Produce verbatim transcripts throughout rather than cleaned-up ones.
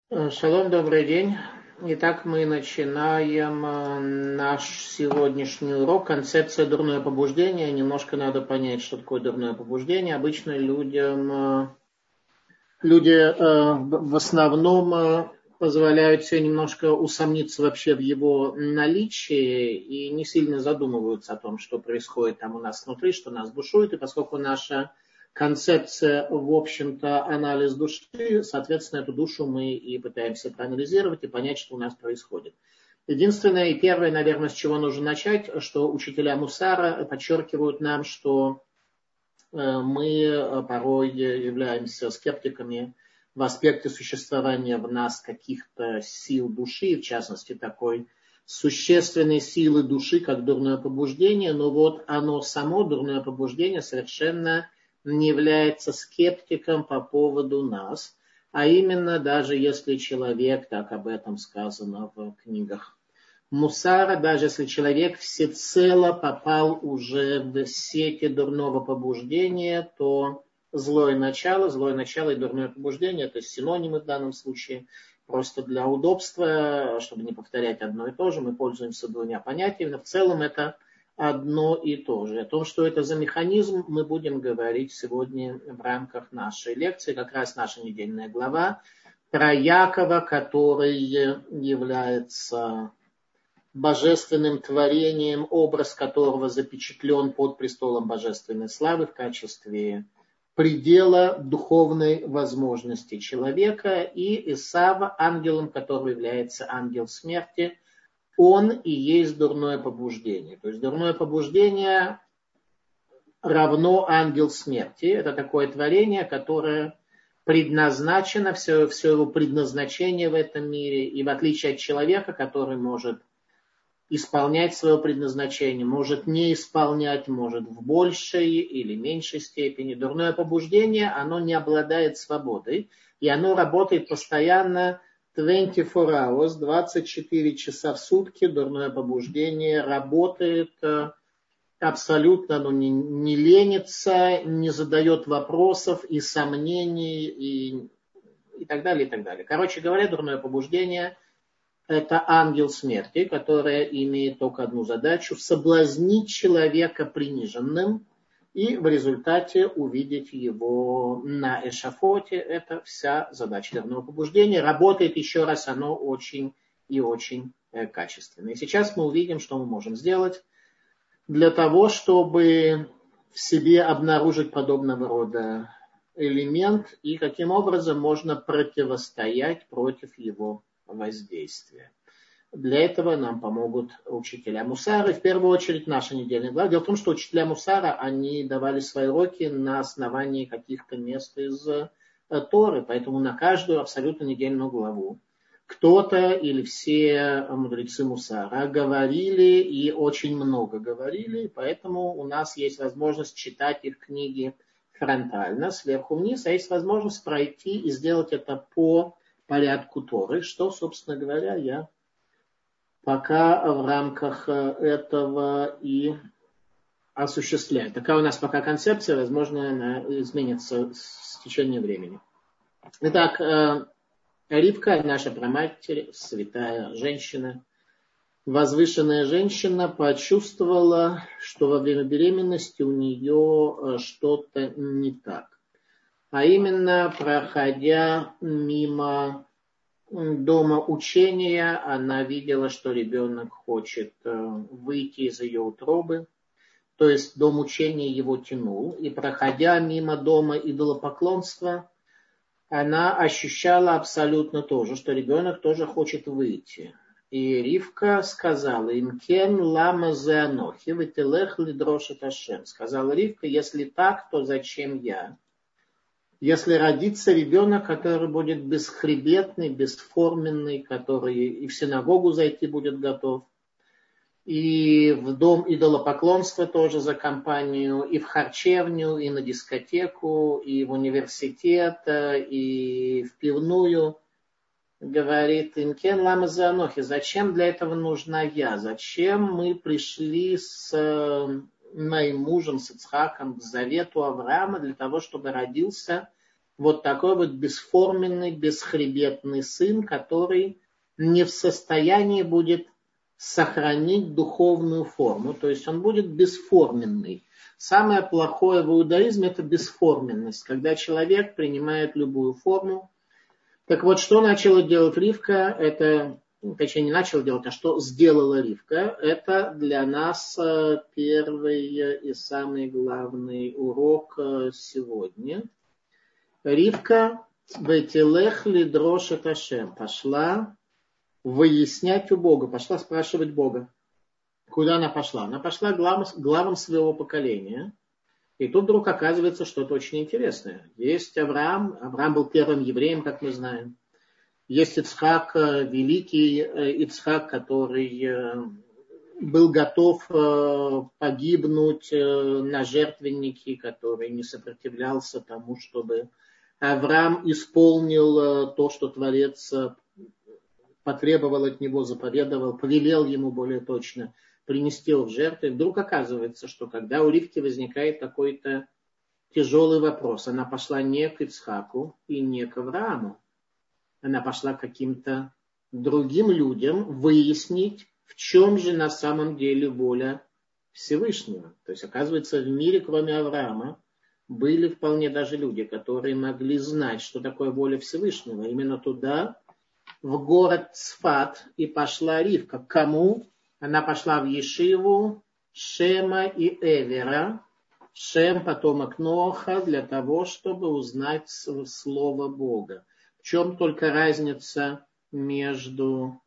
Э, Шалом, добрый день. Итак, мы начинаем э, наш сегодняшний урок. Концепция дурное побуждение. Немножко надо понять, что такое дурное побуждение. Обычно людям, э, люди э, в в основном э, позволяют себе немножко усомниться вообще в его наличии и не сильно задумываются о том, что происходит там у нас внутри, что нас бушует. И поскольку наша концепция, в общем-то, анализ души, соответственно, эту душу мы и пытаемся проанализировать и понять, что у нас происходит. Единственное и первое, наверное, с чего нужно начать, что учителя Мусара подчеркивают нам, что мы порой являемся скептиками в аспекте существования в нас каких-то сил души, в частности, такой существенной силы души, как дурное побуждение, но вот оно само, дурное побуждение, совершенно не является скептиком по поводу нас, а именно даже если человек, так об этом сказано в книгах Мусара, даже если человек всецело попал уже в сети дурного побуждения, то злое начало, злое начало и дурное побуждение – это синонимы в данном случае. Просто для удобства, чтобы не повторять одно и то же, мы пользуемся двумя понятиями, но в целом это одно и то же. О том, что это за механизм, мы будем говорить сегодня в рамках нашей лекции, как раз наша недельная глава про Якова, который является божественным творением, образ которого запечатлен под престолом божественной славы в качестве предела духовной возможности человека, и Исава, ангелом которого является ангел смерти, он и есть дурное побуждение. То есть дурное побуждение равно ангел смерти. Это такое творение, которое предназначено, все, все его предназначение в этом мире, и в отличие от человека, который может исполнять свое предназначение, может не исполнять, может в большей или меньшей степени. Дурное побуждение, оно не обладает свободой, и оно работает постоянно двадцать четыре hours, двадцать четыре часа в сутки. Дурное побуждение работает абсолютно, оно не, не ленится, не задает вопросов и сомнений, и, и так далее, и так далее. Короче говоря, дурное побуждение – это ангел смерти, который имеет только одну задачу – соблазнить человека приниженным и в результате увидеть его на эшафоте. Это вся задача дурного побуждения. Работает, еще раз, оно очень и очень качественно. И сейчас мы увидим, что мы можем сделать для того, чтобы в себе обнаружить подобного рода элемент и каким образом можно противостоять против его воздействия. Для этого нам помогут учителя Мусара, и в первую очередь наша недельная глава. Дело в том, что учителя Мусара, они давали свои уроки на основании каких-то мест из Торы, поэтому на каждую абсолютно недельную главу кто-то или все мудрецы Мусара говорили и очень много говорили, поэтому у нас есть возможность читать их книги фронтально, сверху вниз, а есть возможность пройти и сделать это по порядку Торы, что, собственно говоря, я пока в рамках этого и осуществляю. Такая у нас пока концепция, возможно, она изменится с течением времени. Итак, Ривка, наша праматерь, святая женщина, возвышенная женщина, почувствовала, что во время беременности у нее что-то не так. А именно, проходя мимо дома учения, она видела, что ребенок хочет выйти из ее утробы. То есть дом учения его тянул. И проходя мимо дома идолопоклонства, она ощущала абсолютно то же, что ребенок тоже хочет выйти. И Ривка сказала им: «Кен лама зе анохи вителех лидрошет Ашем». Сказала Ривка: если так, то зачем я? Если родится ребенок, который будет бесхребетный, бесформенный, который и в синагогу зайти будет готов, и в дом идолопоклонства тоже за компанию, и в харчевню, и на дискотеку, и в университет, и в пивную, говорит им: «Кен лама зе анохи». Зачем для этого нужна я? Зачем мы пришли с моим мужем, с Ицхаком, к завету Авраама, для того, чтобы родился вот такой вот бесформенный, бесхребетный сын, который не в состоянии будет сохранить духовную форму, то есть он будет бесформенный. Самое плохое в иудаизме – это бесформенность, когда человек принимает любую форму. Так вот, что начала делать Ривка, это, точнее не начала делать, а что сделала Ривка, это для нас первый и самый главный урок сегодня. Ривка «Ветилех лидрош эт Ашем» пошла выяснять у Бога, пошла спрашивать Бога. Куда она пошла? Она пошла к главам, главам своего поколения. И тут вдруг оказывается что-то очень интересное. Есть Авраам. Авраам был первым евреем, как мы знаем. Есть Ицхак, великий Ицхак, который был готов погибнуть на жертвеннике, который не сопротивлялся тому, чтобы Авраам исполнил то, что Творец потребовал от него, заповедовал, повелел ему более точно принести его в жертву. И вдруг оказывается, что когда у Ривки возникает какой-то тяжелый вопрос, она пошла не к Ицхаку и не к Аврааму, она пошла к каким-то другим людям выяснить, в чем же на самом деле воля Всевышнего. То есть, оказывается, в мире, кроме Авраама, были вполне даже люди, которые могли знать, что такое воля Всевышнего. Именно туда, в город Цфат, и пошла Ривка. К кому? Она пошла в Ешиву Шема и Эвера. Шем, потомок Ноаха, для того, чтобы узнать слово Бога. В чем только разница между...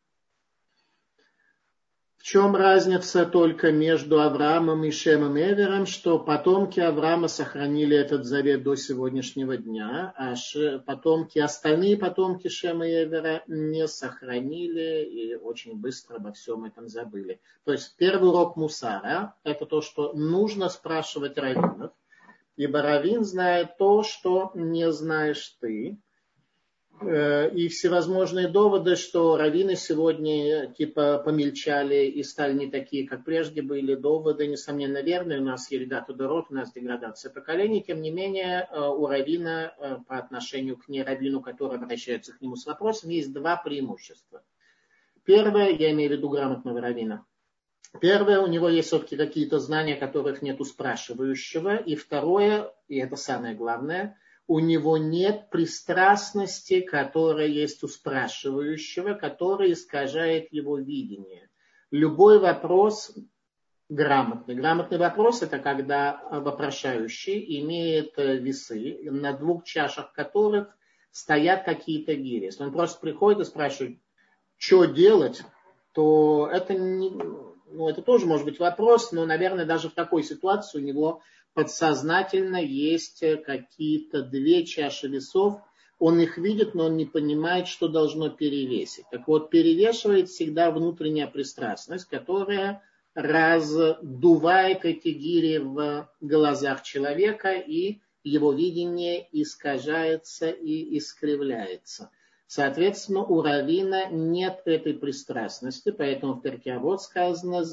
В чем разница только между Авраамом и Шемом и Эвером, что потомки Авраама сохранили этот завет до сегодняшнего дня, а потомки, остальные потомки Шема и Эвера не сохранили и очень быстро обо всем этом забыли. То есть первый урок мусара – это то, что нужно спрашивать раввинов, ибо раввин знает то, что не знаешь ты. И всевозможные доводы, что раввины сегодня типа помельчали и стали не такие, как прежде были, доводы, несомненно, верные. У нас еридат удород, у нас деградация поколений. Тем не менее, у раввина по отношению к нераввину, который обращается к нему с вопросом, есть два преимущества. Первое, я имею в виду грамотного раввина. Первое, у него есть все-таки какие-то знания, которых нет у спрашивающего. И второе, и это самое главное, у него нет пристрастности, которая есть у спрашивающего, которая искажает его видение. Любой вопрос грамотный. Грамотный вопрос – это когда вопрошающий имеет весы, на двух чашах которых стоят какие-то гири. Если он просто приходит и спрашивает, что делать, то это, не, ну, это тоже может быть вопрос, но, наверное, даже в такой ситуации у него подсознательно есть какие-то две чаши весов. Он их видит, но он не понимает, что должно перевесить. Так вот, перевешивает всегда внутренняя пристрастность, которая раздувает эти гири в глазах человека, и его видение искажается и искривляется. Соответственно, у раввина нет этой пристрастности, поэтому в Перкей Авот сказано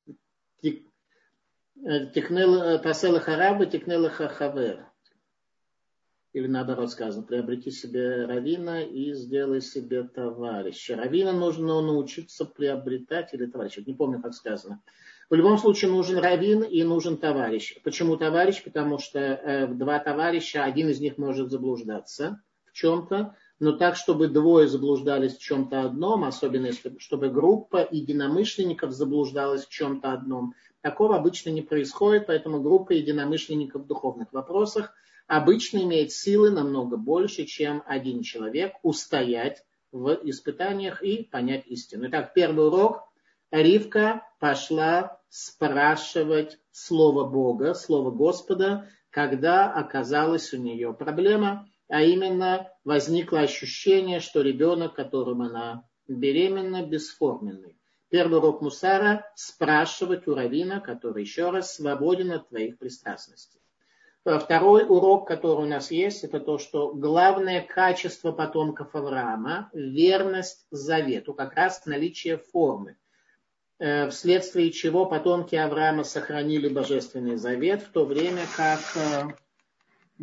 «Таселы хараба, тикнелы хахавер». Или наоборот сказано, приобрети себе раввина и сделай себе товарища. Раввина нужно научиться приобретать или товарища. Не помню, как сказано. В любом случае нужен раввин и нужен товарищ. Почему товарищ? Потому что э, два товарища, один из них может заблуждаться в чем-то, но так, чтобы двое заблуждались в чем-то одном, особенно если, чтобы группа единомышленников заблуждалась в чем-то одном. Такого обычно не происходит, поэтому группа единомышленников в духовных вопросах обычно имеет силы намного больше, чем один человек устоять в испытаниях и понять истину. Итак, первый урок. Ривка пошла спрашивать слово Бога, слово Господа, когда оказалась у нее проблема, а именно возникло ощущение, что ребенок, которым она беременна, бесформенный. Первый урок мусара – спрашивать у раввина, который, еще раз, свободен от твоих пристрастностей. Второй урок, который у нас есть, это то, что главное качество потомков Авраама – верность завету, как раз наличие формы, вследствие чего потомки Авраама сохранили божественный завет, в то время как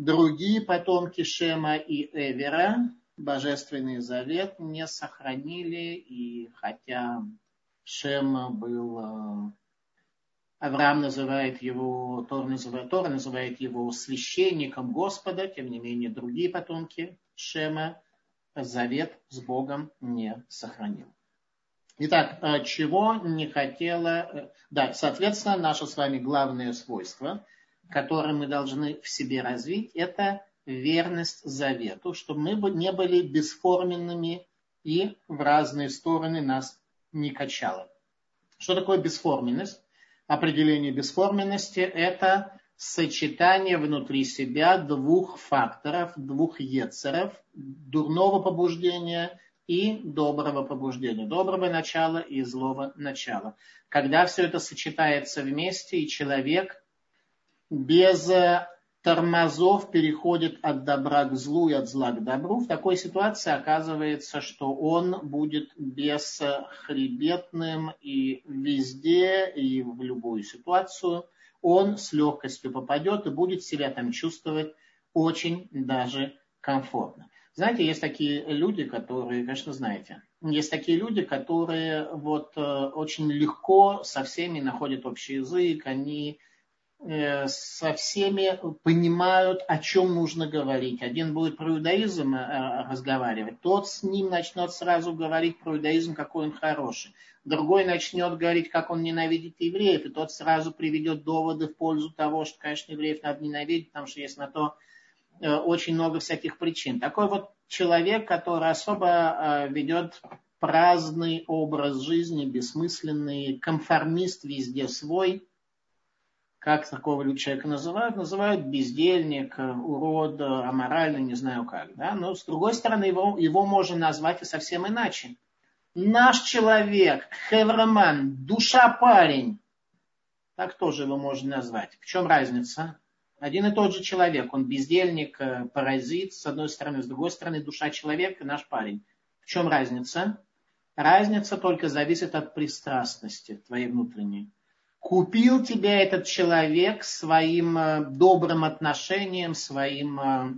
другие потомки Шема и Эвера Божественный Завет не сохранили, и хотя Шем был, Авраам называет его, Тора называет, Тора называет его священником Господа, тем не менее другие потомки Шема завет с Богом не сохранил. Итак, чего не хотела... Да, соответственно, наше с вами главное свойство, которое мы должны в себе развить, это верность завету, чтобы мы не были бесформенными и в разные стороны нас не качало. Что такое бесформенность? Определение бесформенности – это сочетание внутри себя двух факторов, двух ецеров, дурного побуждения и доброго побуждения, доброго начала и злого начала. Когда все это сочетается вместе, и человек без тормозов переходит от добра к злу и от зла к добру, в такой ситуации оказывается, что он будет бесхребетным и везде, и в любую ситуацию он с легкостью попадет и будет себя там чувствовать очень даже комфортно. Знаете, есть такие люди, которые, конечно, знаете, есть такие люди, которые вот очень легко со всеми находят общий язык, они со всеми понимают, о чем нужно говорить. Один будет про иудаизм разговаривать, тот с ним начнет сразу говорить про иудаизм, какой он хороший. Другой начнет говорить, как он ненавидит евреев, и тот сразу приведет доводы в пользу того, что, конечно, евреев надо ненавидеть, потому что есть на то очень много всяких причин. Такой вот человек, который особо ведет праздный образ жизни, бессмысленный, конформист везде свой. Как такого человека называют? Называют бездельник, урод, аморальный, не знаю как. Да? Но с другой стороны, его, его можно назвать и совсем иначе. Наш человек, хевроман, душа парень. Так тоже его можно назвать. В чем разница? Один и тот же человек. Он бездельник, паразит, с одной стороны. С другой стороны, душа человека, наш парень. В чем разница? Разница только зависит от пристрастности твоей внутренней. Купил тебя этот человек своим э, добрым отношением, своим... Э,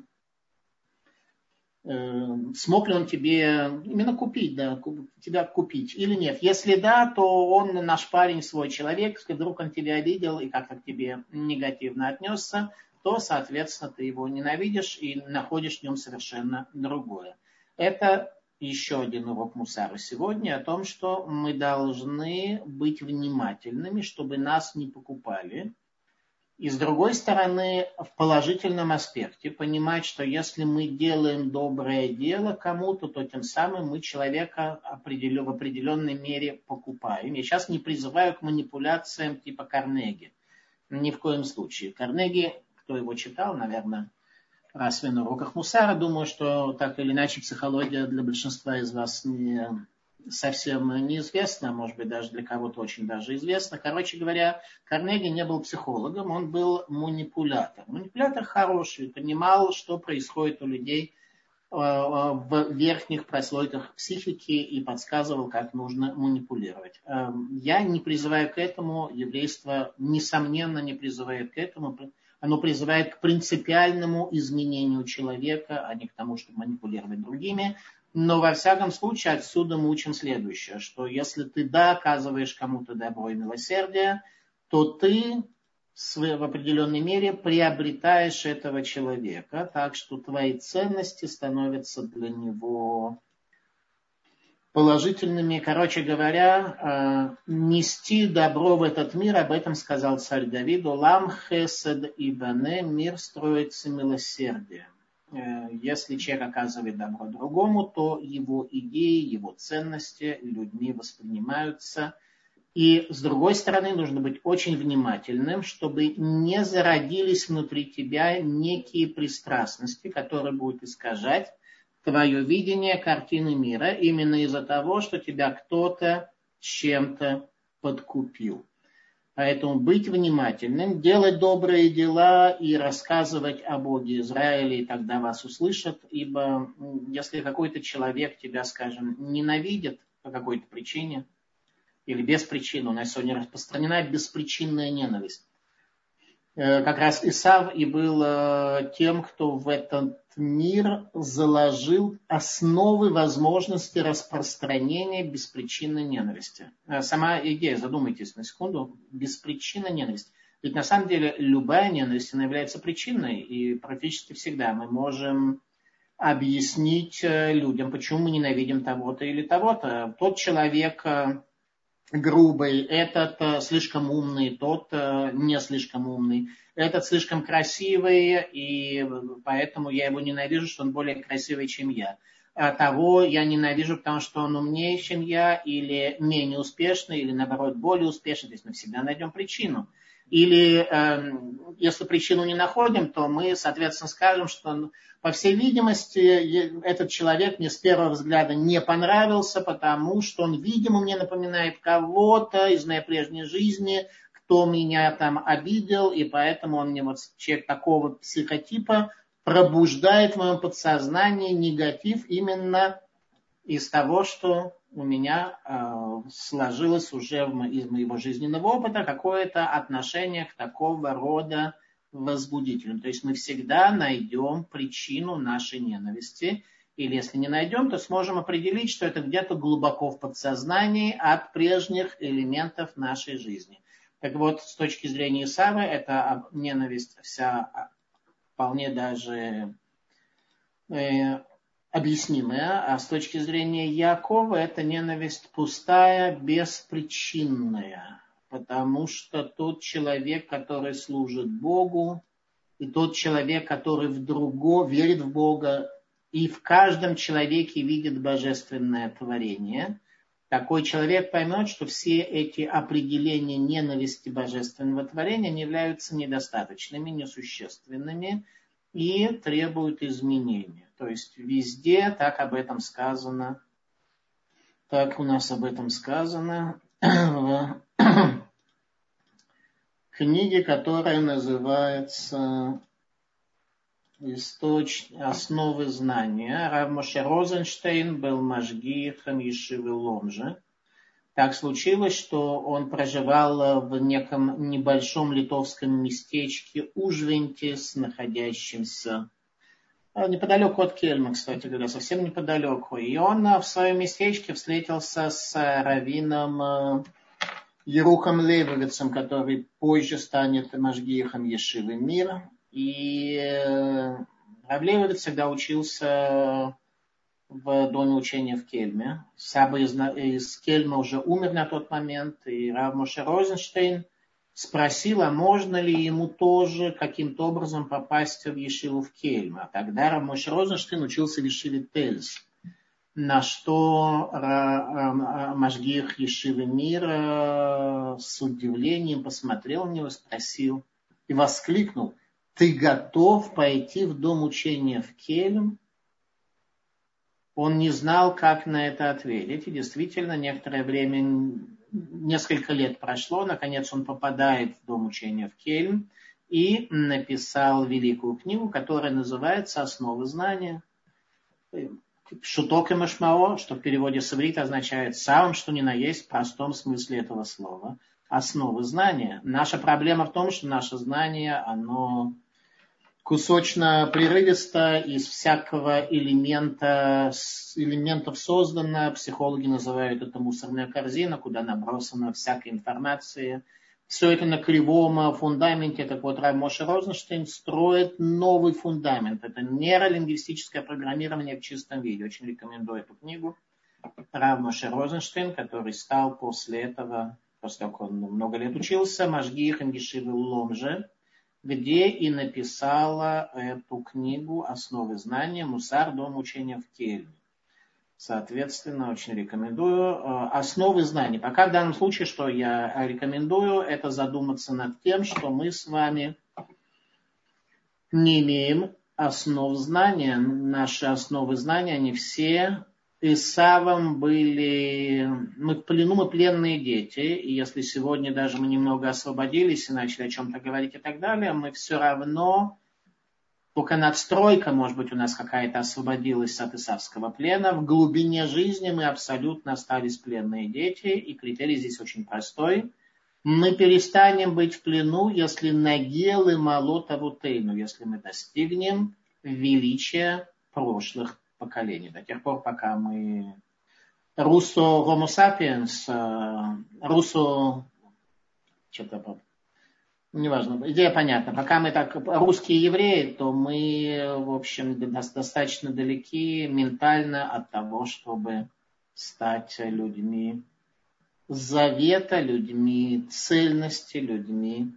э, смог ли он тебе именно купить, да, тебя купить или нет? Если да, то он наш парень, свой человек. Если вдруг он тебя обидел и как-то к тебе негативно отнесся, то, соответственно, ты его ненавидишь и находишь в нем совершенно другое. Это... Еще один урок мусара сегодня о том, что мы должны быть внимательными, чтобы нас не покупали. И с другой стороны, в положительном аспекте, понимать, что если мы делаем доброе дело кому-то, то тем самым мы человека в определенной мере покупаем. Я сейчас не призываю к манипуляциям типа Карнеги. Ни в коем случае. Карнеги, кто его читал, наверное, раз вы на уроках мусара, думаю, что так или иначе психология для большинства из вас не совсем неизвестна, может быть, даже для кого-то очень даже известна. Короче говоря, Карнеги не был психологом, он был манипулятор. Манипулятор хороший, понимал, что происходит у людей в верхних прослойках психики и подсказывал, как нужно манипулировать. Я не призываю к этому, еврейство, несомненно, не призывает к этому. Оно призывает к принципиальному изменению человека, а не к тому, чтобы манипулировать другими. Но во всяком случае отсюда мы учим следующее, что если ты да, оказываешь кому-то добро и милосердие, то ты в определенной мере приобретаешь этого человека, так что твои ценности становятся для него положительными. Короче говоря, нести добро в этот мир, об этом сказал царь Давид: «Олам хесед ибане», мир строится милосердием. Если человек оказывает добро другому, то его идеи, его ценности людьми воспринимаются. И с другой стороны, нужно быть очень внимательным, чтобы не зародились внутри тебя некие пристрастности, которые будут искажать твое видение картины мира именно из-за того, что тебя кто-то чем-то подкупил. Поэтому быть внимательным, делать добрые дела и рассказывать о Боге Израиля, и тогда вас услышат. Ибо если какой-то человек тебя, скажем, ненавидит по какой-то причине, или без причины, у нас сегодня распространена беспричинная ненависть. Как раз Исав и был тем, кто в этот мир заложил основы возможности распространения беспричинной ненависти. Сама идея, задумайтесь на секунду, беспричинная ненависть. Ведь на самом деле любая ненависть, она является причиной, и практически всегда мы можем объяснить людям, почему мы ненавидим того-то или того-то. Тот человек грубый, этот слишком умный, тот не слишком умный, этот слишком красивый, и поэтому я его ненавижу, что он более красивый, чем я. А того я ненавижу, потому что он умнее, чем я, или менее успешный, или наоборот более успешный. То есть мы всегда найдем причину. Или э, если причину не находим, то мы, соответственно, скажем, что, по всей видимости, этот человек мне с первого взгляда не понравился, потому что он, видимо, мне напоминает кого-то из моей прежней жизни, кто меня там обидел, и поэтому он мне, вот человек такого психотипа, пробуждает в моем подсознании негатив именно из того, что у меня э, сложилось уже в, из моего жизненного опыта какое-то отношение к такого рода возбудителям. То есть мы всегда найдем причину нашей ненависти. Или если не найдем, то сможем определить, что это где-то глубоко в подсознании от прежних элементов нашей жизни. Так вот, с точки зрения Исава, эта ненависть вся вполне даже э, объяснимая, а с точки зрения Якова это ненависть пустая, беспричинная, потому что тот человек, который служит Богу, и тот человек, который в друго верит в Бога, и в каждом человеке видит божественное творение, такой человек поймет, что все эти определения ненависти божественного творения не являются недостаточными, несущественными и требуют изменения. То есть везде так об этом сказано, так у нас об этом сказано в книге, которая называется «Источ... «Основы знания». Рав Моше Розенштейн был машгихом Ешивы Ломжи. Так случилось, что он проживал в неком небольшом литовском местечке Ужвентис, находящемся неподалеку от Кельма, кстати говоря, совсем неподалеку. И он в своем местечке встретился с раввином Ерухом Лейбовицем, который позже станет машгихом Ешивы Мир. И Рав Лейбовиц всегда учился в доме учения в Кельме. Саба из, из Кельма уже умер на тот момент, и Рав Моше Розенштейн спросил, а можно ли ему тоже каким-то образом попасть в Ешиву в Кельме. А тогда Рав Моше Розенштейн учился в Ешиве Тельс, на что машгих Ешивы Мира с удивлением посмотрел на него, спросил и воскликнул: «Ты готов пойти в дом учения в Кельм?» Он не знал, как на это ответить. И действительно, некоторое время, несколько лет прошло, наконец он попадает в дом учения в Кельм и написал великую книгу, которая называется «Основы знания». Шуток и машмао, что в переводе с иврита означает «самым, что ни на есть» в простом смысле этого слова. Основы знания. Наша проблема в том, что наше знание, оно кусочно, прерывисто, из всякого элемента, элементов создано. Психологи называют это мусорная корзина, куда набросана всякая информация. Все это на кривом фундаменте. Так вот, Рав Моше Розенштейн строит новый фундамент. Это нейролингвистическое программирование в чистом виде. Очень рекомендую эту книгу. Рав Моше Розенштейн, который стал после этого, после того, как он много лет учился, машгихом Ешивы Ломжи, где и написала эту книгу «Основы знания. Мусар. Дом учения в Кельме». Соответственно, очень рекомендую. Основы знаний. Пока в данном случае, что я рекомендую, это задуматься над тем, что мы с вами не имеем основ знания. Наши основы знания, они все Исавом были... Мы в плену, мы пленные дети. И если сегодня даже мы немного освободились и начали о чем-то говорить и так далее, мы все равно... Только надстройка, может быть, у нас какая-то освободилась от исавского плена. В глубине жизни мы абсолютно остались пленные дети. И критерий здесь очень простой. Мы перестанем быть в плену, если нагел и молот авутейну, если мы достигнем величия прошлых поколений. До тех пор, пока мы Руссо Homo sapiens, Руссо, что-то, неважно, идея понятна. Пока мы так русские евреи, то мы, в общем, достаточно далеки ментально от того, чтобы стать людьми завета, людьми цельности, людьми.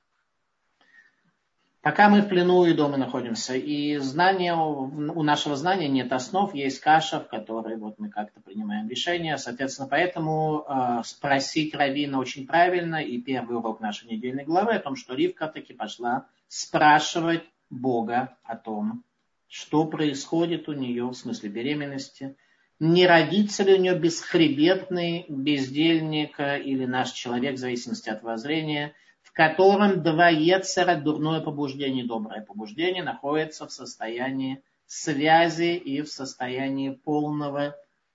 Пока мы в плену и дома находимся, и знания, у нашего знания нет основ, есть каша, в которой вот мы как-то принимаем решения. Соответственно, поэтому э, спросить раввина очень правильно, и первый урок нашей недельной главы о том, что Ривка таки пошла спрашивать Бога о том, что происходит у нее в смысле беременности, не родится ли у нее бесхребетный бездельник или наш человек, в зависимости от воззрения, в котором два ецера, дурное побуждение и доброе побуждение, находятся в состоянии связи и в состоянии полного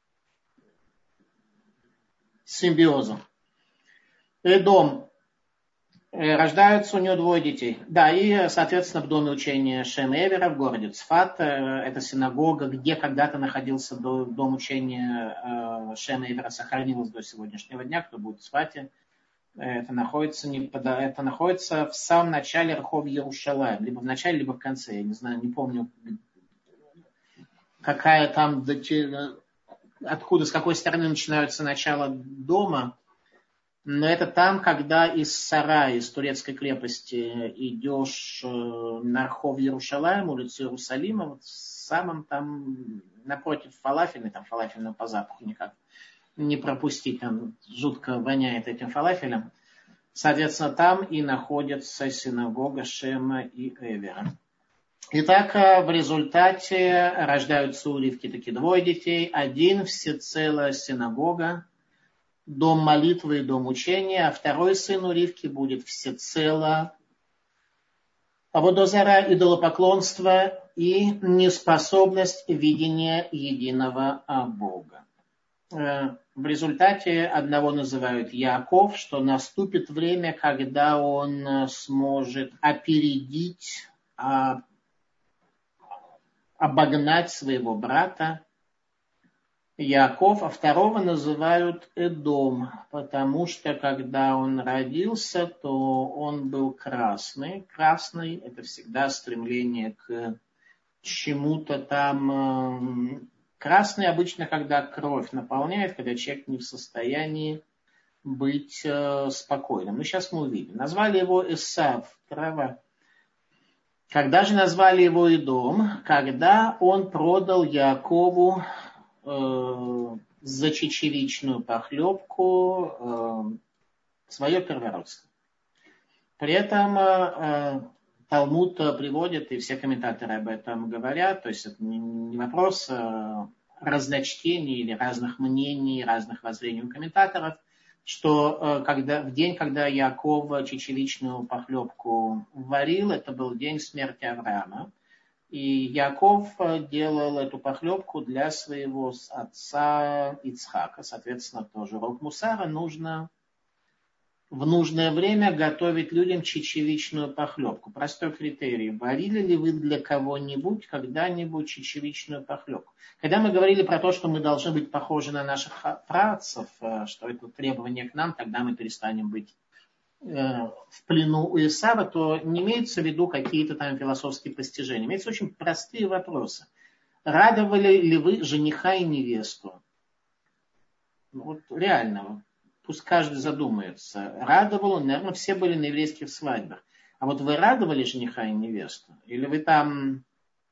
симбиоза. Эдом. Рождаются у него двое детей. Да, и, соответственно, в доме учения Шем Эвера в городе Цфат, это синагога, где когда-то находился дом учения Шем Эвера, сохранилось до сегодняшнего дня, кто будет в Цфате. Это находится, не, это находится в самом начале Рахов Иерушалаим, либо в начале, либо в конце. Я не знаю, не помню, какая там, откуда, с какой стороны начинаются начало дома. Но это там, когда из сарая, из турецкой крепости идешь на Рахов Иерушалаим, улицу Иерусалима, вот в самом там, напротив фалафельной, там фалафельного по запаху никак не пропустить, там жутко воняет этим фалафелем. Соответственно, там и находится синагога Шема и Эвера. Итак, в результате рождаются у Ривки такие двое детей. Один всецело синагога, дом молитвы и дом учения, а второй сын у Ривки будет всецело аводозара, идолопоклонство и неспособность видения единого Бога. В результате одного называют Яаков, что наступит время, когда он сможет опередить, обогнать своего брата Яаков, а второго называют Эдом, потому что когда он родился, то он был красный. Красный – это всегда стремление к чему-то там. Красный обычно, когда кровь наполняет, когда человек не в состоянии быть э, спокойным. Ну, сейчас мы увидим. Назвали его Эсав, трава. Когда же назвали его Эдом? Когда он продал Яакову э, за чечевичную похлебку э, свое первородство. При этом э, Талмуд приводит, и все комментаторы об этом говорят, то есть это не вопрос разночтений или разных мнений, разных воззрений у комментаторов, что когда, в день, когда Яаков чечевичную похлебку варил, это был день смерти Авраама, и Яаков делал эту похлебку для своего отца Ицхака, соответственно, тоже урок мусара, нужно в нужное время готовить людям чечевичную похлебку. Простой критерий. Варили ли вы для кого-нибудь когда-нибудь чечевичную похлебку? Когда мы говорили про то, что мы должны быть похожи на наших праотцев, что это требование к нам, тогда мы перестанем быть в плену у Исава, то не имеется в виду какие-то там философские постижения. Имеются очень простые вопросы. Радовали ли вы жениха и невесту? Вот реально. Пусть каждый задумается. Радовал он, наверное, все были на еврейских свадьбах. А вот вы радовали жениха и невесту? Или вы там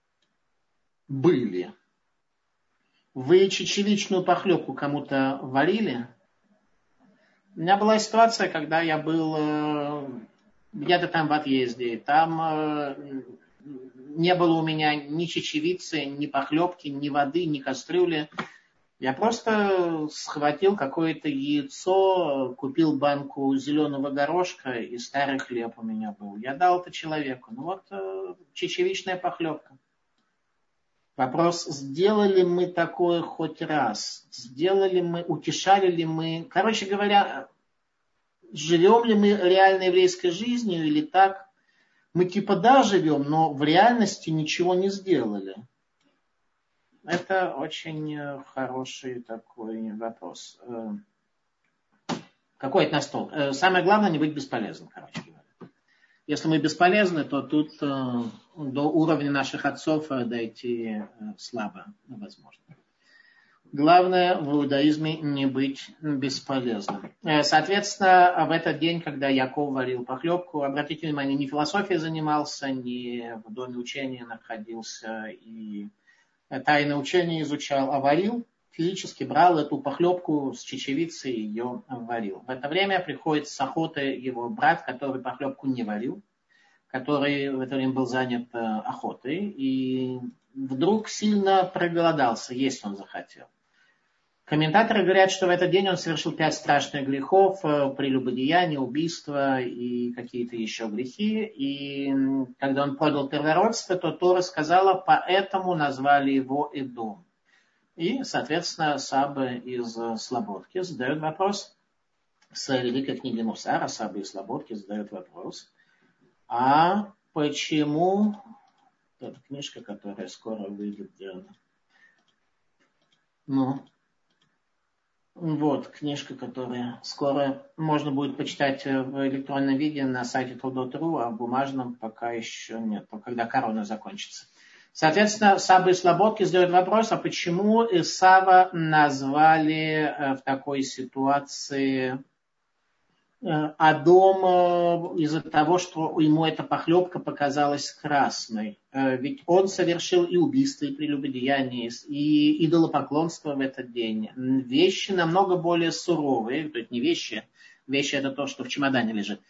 были? Вы чечевичную похлебку кому-то варили? У меня была ситуация, когда я был где-то там в отъезде. Там не было у меня ни чечевицы, ни похлебки, ни воды, ни кастрюли. Я просто схватил какое-то яйцо, купил банку зеленого горошка и старый хлеб у меня был. Я дал это человеку. Ну вот чечевичная похлебка. Вопрос, сделали мы такое хоть раз? Сделали мы, утешали ли мы? Короче говоря, живем ли мы реально еврейской жизнью или так? Мы типа да живем, но в реальности ничего не сделали. Это очень хороший такой вопрос. Какой это на стол? Самое главное не быть бесполезным, короче говоря. Если мы бесполезны, то тут до уровня наших отцов дойти слабо возможно. Главное в иудаизме не быть бесполезным. Соответственно, в этот день, когда Яков варил похлебку, обратите внимание, не философией занимался, не в доме учения находился и тайное учение изучал, а варил, физически брал эту похлебку с чечевицей и ее варил. В это время приходит с охоты его брат, который похлебку не варил, который в это время был занят охотой, и вдруг сильно проголодался, есть он захотел. Комментаторы говорят, что в этот день он совершил пять страшных грехов, прелюбодеяние, убийство и какие-то еще грехи. И когда он продал первородство, то Тора сказала, поэтому назвали его Эдом. И, соответственно, Саба из Слободки задает вопрос, с великой книги Мусара, Саба из Слободки задает вопрос, а почему, это книжка, которая скоро выйдет, где она? Ну, вот, книжка, которая скоро можно будет почитать в электронном виде на сайте толдот точка ру, а в бумажном пока еще нет, когда корона закончится. Соответственно, Саба из Слободки задает вопрос, а почему Исава назвали в такой ситуации Адом из-за того, что ему эта похлебка показалась красной. Ведь он совершил и убийство, и прелюбодеяние, и идолопоклонство в этот день. Вещи намного более суровые, то есть не вещи, вещи это то, что в чемодане лежит.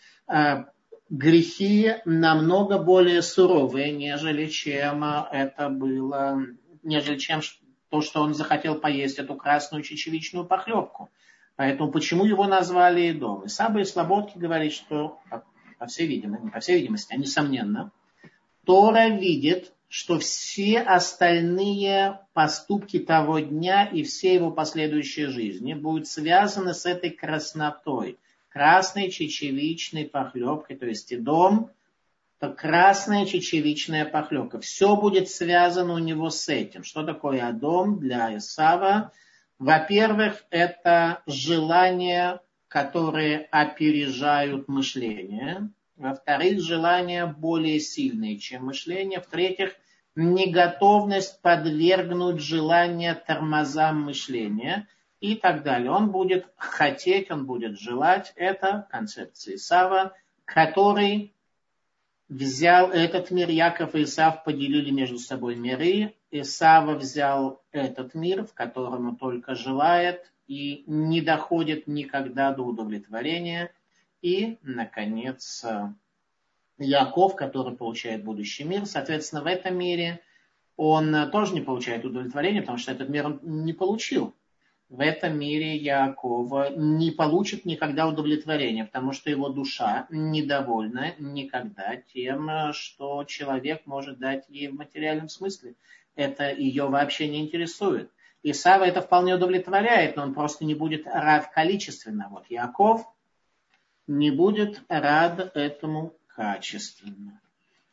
Грехи намного более суровые, нежели чем это было, нежели чем то, что он захотел поесть эту красную чечевичную похлебку. Поэтому почему его назвали Эдом? И Саба из Слободки говорит, что, по всей видимости, не по всей видимости, а несомненно, Тора видит, что все остальные поступки того дня и все его последующие жизни будут связаны с этой краснотой, красной чечевичной похлебкой, то есть Эдом, это красная чечевичная похлебка. Все будет связано у него с этим. Что такое Эдом для Исава? Во-первых, это желания, которые опережают мышление. Во-вторых, желания более сильные, чем мышление. В-третьих, неготовность подвергнуть желания тормозам мышления и так далее. Он будет хотеть, он будет желать. Это концепция Исава, который взял этот мир. Яков и Исав поделили между собой миры. Исава взял этот мир, в котором он только желает и не доходит никогда до удовлетворения. И, наконец, Яков, который получает будущий мир. Соответственно, в этом мире он тоже не получает удовлетворения, потому что этот мир он не получил. В этом мире Яков не получит никогда удовлетворения, потому что его душа недовольна никогда тем, что человек может дать ей в материальном смысле. Это ее вообще не интересует. Исава это вполне удовлетворяет, но он просто не будет рад количественно. Вот Яков не будет рад этому качественно.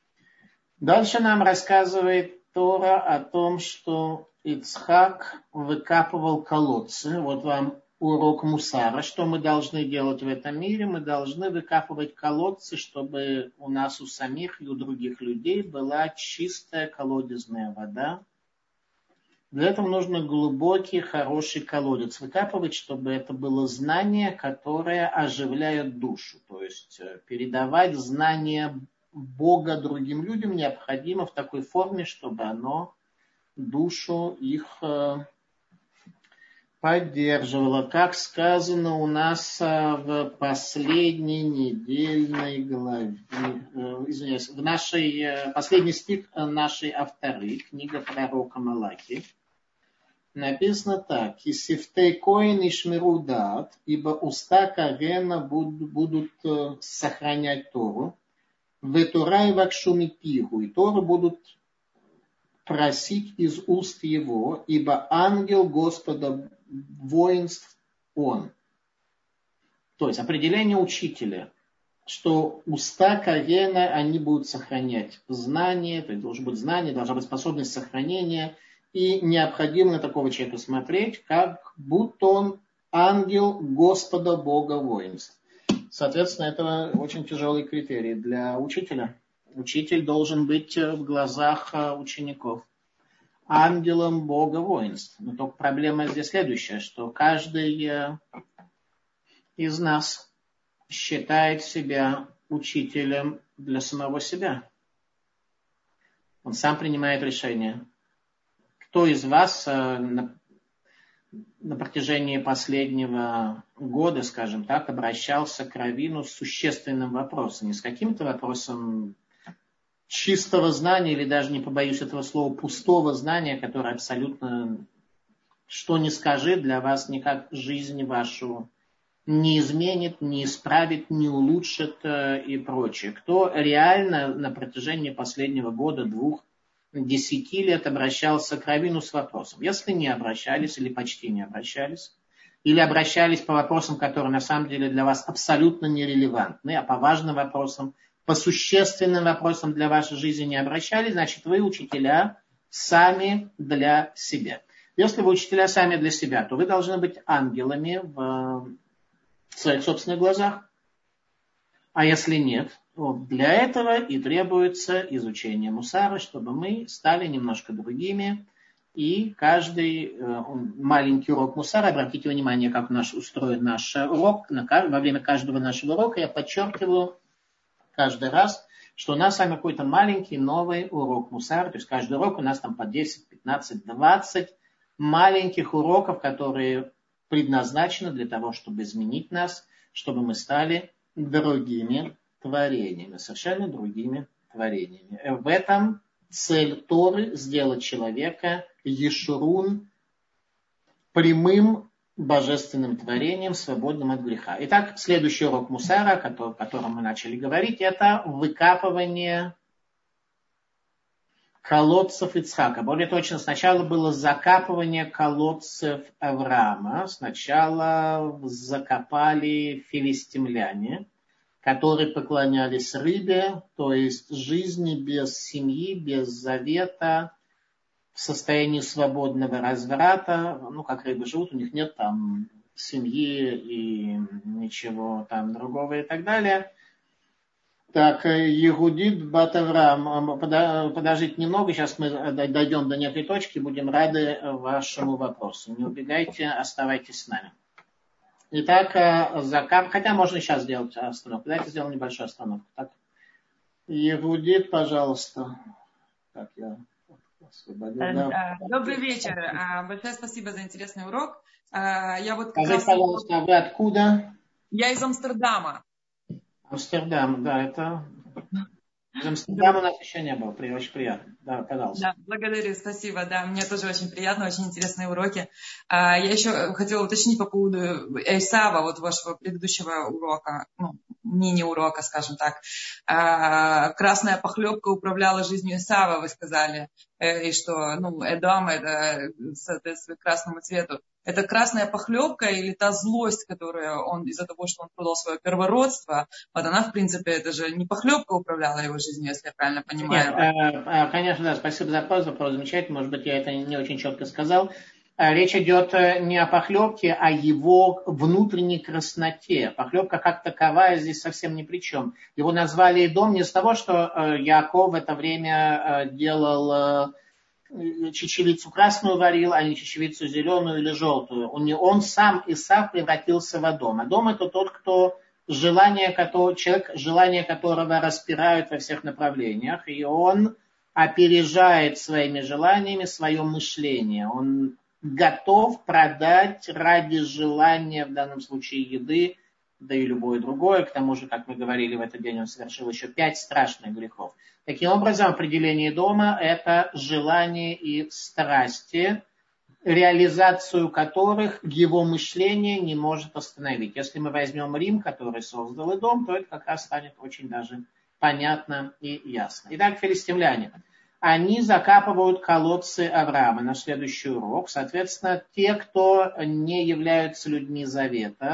Дальше нам рассказывает Тора о том, что Ицхак выкапывал колодцы. Вот вам урок Мусара. Что мы должны делать в этом мире? Мы должны выкапывать колодцы, чтобы у нас, у самих и у других людей была чистая колодезная вода. Для этого нужно глубокий, хороший колодец выкапывать, чтобы это было знание, которое оживляет душу. То есть передавать знание Бога другим людям необходимо в такой форме, чтобы оно душу их поддерживало. Как сказано у нас в последней недельной главе, извиняюсь, в нашей, последний стих нашей авторы, книга пророка Малахи, написано так: «Кисифтей коин и шмиру дат», ибо уста Коэна будут, будут сохранять Тору, «Ветора и вакшуми пигу», и Тору будут просить из уст его, ибо ангел Господа воинств он. То есть определение учителя, что уста Коэна, они будут сохранять знание, то есть должно быть знание, должна быть способность сохранения, и необходимо на такого человека смотреть, как будто он ангел Господа Бога воинств. Соответственно, это очень тяжелый критерий для учителя. Учитель должен быть в глазах учеников ангелом Бога воинств. Но только проблема здесь следующая, что каждый из нас считает себя учителем для самого себя. Он сам принимает решение. Кто из вас на, на протяжении последнего года, скажем так, обращался к раввину с существенным вопросом, не с каким-то вопросом чистого знания, или даже, не побоюсь этого слова, пустого знания, которое абсолютно, что ни скажи, для вас никак жизнь вашу не изменит, не исправит, не улучшит и прочее. Кто реально на протяжении последнего года, двух, десяти лет обращался к раввину с вопросом. Если не обращались или почти не обращались, или обращались по вопросам, которые на самом деле для вас абсолютно нерелевантны, а по важным вопросам, по существенным вопросам для вашей жизни не обращались, значит, вы учителя сами для себя. Если вы учителя сами для себя, то вы должны быть ангелами в в своих собственных глазах. А если нет, то для этого и требуется изучение мусара, чтобы мы стали немножко другими. И каждый э, маленький урок мусара, обратите внимание, как наш, устроен наш урок, на, во время каждого нашего урока я подчеркиваю каждый раз, что у нас с вами какой-то маленький новый урок мусара. То есть каждый урок у нас там по десять, пятнадцать, двадцать маленьких уроков, которые предназначено для того, чтобы изменить нас, чтобы мы стали другими творениями, совершенно другими творениями. В этом цель Торы — сделать человека ешурун, прямым божественным творением, свободным от греха. Итак, следующий урок мусара, о котором мы начали говорить, это выкапывание колодцев Ицхака. Более точно, сначала было закапывание колодцев Авраама. Сначала закопали филистимляне, которые поклонялись рыбе, то есть жизни без семьи, без завета, в состоянии свободного разврата. Ну, как рыбы живут, у них нет там семьи и ничего там другого и так далее. Так, Егудит бат Авраам, подождите немного, сейчас мы дойдем до некой точки, будем рады вашему вопросу. Не убегайте, оставайтесь с нами. Итак, закап, хотя можно сейчас сделать остановку. Давайте сделаем небольшую остановку. Так, Егудит, пожалуйста. Так, я освободил. Да. Добрый вечер. Большое спасибо за интересный урок. Я вот как Скажите, раз... пожалуйста, вы откуда? Я из Амстердама. Амстердам, да, это... Из Амстердама у нас еще не было, очень приятно. Да, пожалуйста. Да, благодарю, спасибо, да, мне тоже очень приятно, очень интересные уроки. Я еще хотела уточнить по поводу Эйсава, вот вашего предыдущего урока, ну, мини-урока, скажем так. Красная похлебка управляла жизнью Эйсава, вы сказали, и что, ну, Эдом, это соответствует красному цвету. Это красная похлебка или та злость, которую он из-за того, что он продал свое первородство, вот она, в принципе, это же не похлебка управляла его жизнью, если я правильно понимаю. Нет, конечно, да, спасибо за вопрос, вопрос замечательный, может быть, я это не очень четко сказал. Речь идет не о похлебке, а о его внутренней красноте. Похлебка как таковая здесь совсем ни при чем. Его назвали Эдом не из того, что Яаков в это время делал... чечевицу красную варил, а не чечевицу зеленую или желтую. Он, он сам, Исав, превратился в Эдом. Эдом — это тот, кто желание, которого, человек, желание которого распирают во всех направлениях, и он опережает своими желаниями свое мышление. Он готов продать ради желания, в данном случае еды, да и любое другое. К тому же, как мы говорили, в этот день он совершил еще пять страшных грехов. Таким образом, определение дома — это желание и страсти, реализацию которых его мышление не может остановить. Если мы возьмем Рим, который создал Эдом, то это как раз станет очень даже понятно и ясно. Итак, филистимляне. Они закапывают колодцы Авраама. На следующий урок. Соответственно, те, кто не являются людьми завета,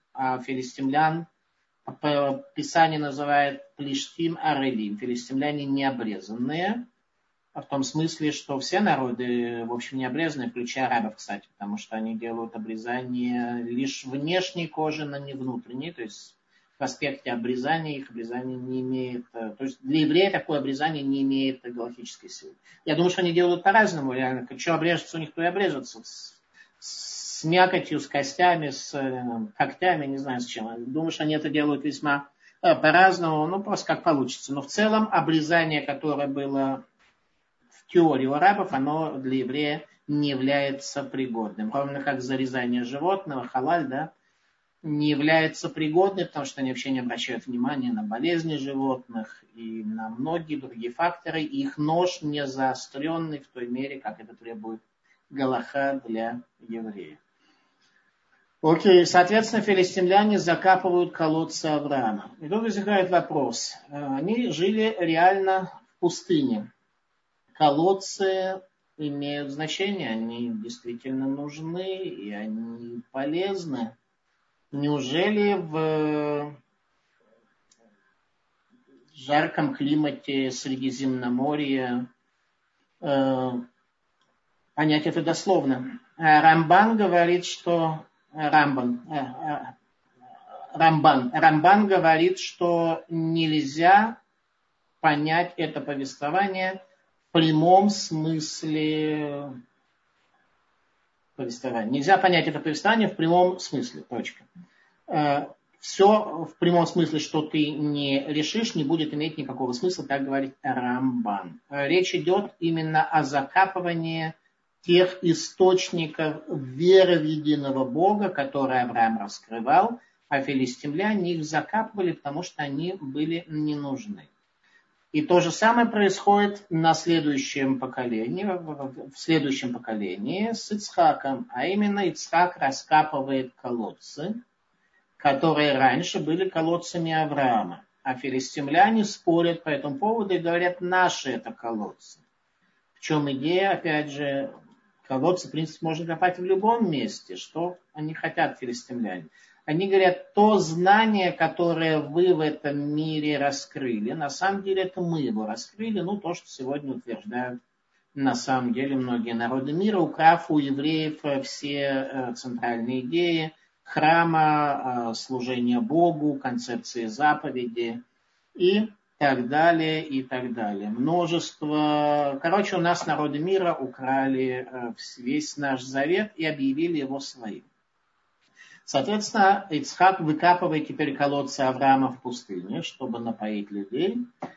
а филистимлян Писание называет плиштим арелим, филистимляне необрезанные, в том смысле, что все народы, в общем, не обрезаны, включая арабов, кстати, потому что они делают обрезание лишь внешней кожи, но не внутренней, то есть в аспекте обрезания их обрезание не имеет, то есть для еврея такое обрезание не имеет галактической силы. Я думаю, что они делают по-разному, реально, что обрежется у них, то и обрежется, с, с мякотью, с костями, с когтями, не знаю с чем. Думаю, что они это делают весьма по-разному, ну просто как получится. Но в целом обрезание, которое было в теории у арабов, оно для еврея не является пригодным. Ровно как зарезание животного, халаль, да, не является пригодным, потому что они вообще не обращают внимания на болезни животных и на многие другие факторы. И их нож не заостренный в той мере, как это требует галаха для евреев. Окей, соответственно, филистимляне закапывают колодцы Авраама. И тут возникает вопрос. Они жили реально в пустыне. Колодцы имеют значение, они действительно нужны и они полезны. Неужели в жарком климате Средиземноморья э, понять это дословно? Рамбан говорит, что Рамбан, э, э, Рамбан, Рамбан говорит, что нельзя понять это повествование в прямом смысле повествования. Нельзя понять это повествование в прямом смысле. Точка. Все в прямом смысле, что ты не решишь, не будет иметь никакого смысла, так говорит Рамбан. Речь идет именно о закапывании тех источников веры в единого Бога, которые Авраам раскрывал, а филистимляне их закапывали, потому что они были не нужны. И то же самое происходит на следующем поколении, в следующем поколении с Ицхаком. А именно Ицхак раскапывает колодцы, которые раньше были колодцами Авраама. А филистимляне спорят по этому поводу и говорят, наши это колодцы. В чем идея? Опять же, колодцы, в принципе, можно копать в любом месте. Что они хотят, филистимляне? Они говорят, то знание, которое вы в этом мире раскрыли, на самом деле это мы его раскрыли, ну то, что сегодня утверждают на самом деле многие народы мира, украв у евреев все центральные идеи храма, служения Богу, концепции заповеди и так далее, и так далее. Множество... Короче, у нас народы мира украли весь наш завет и объявили его своим. Соответственно, Ицхак выкапывает теперь колодцы Авраама в пустыне, чтобы напоить людей.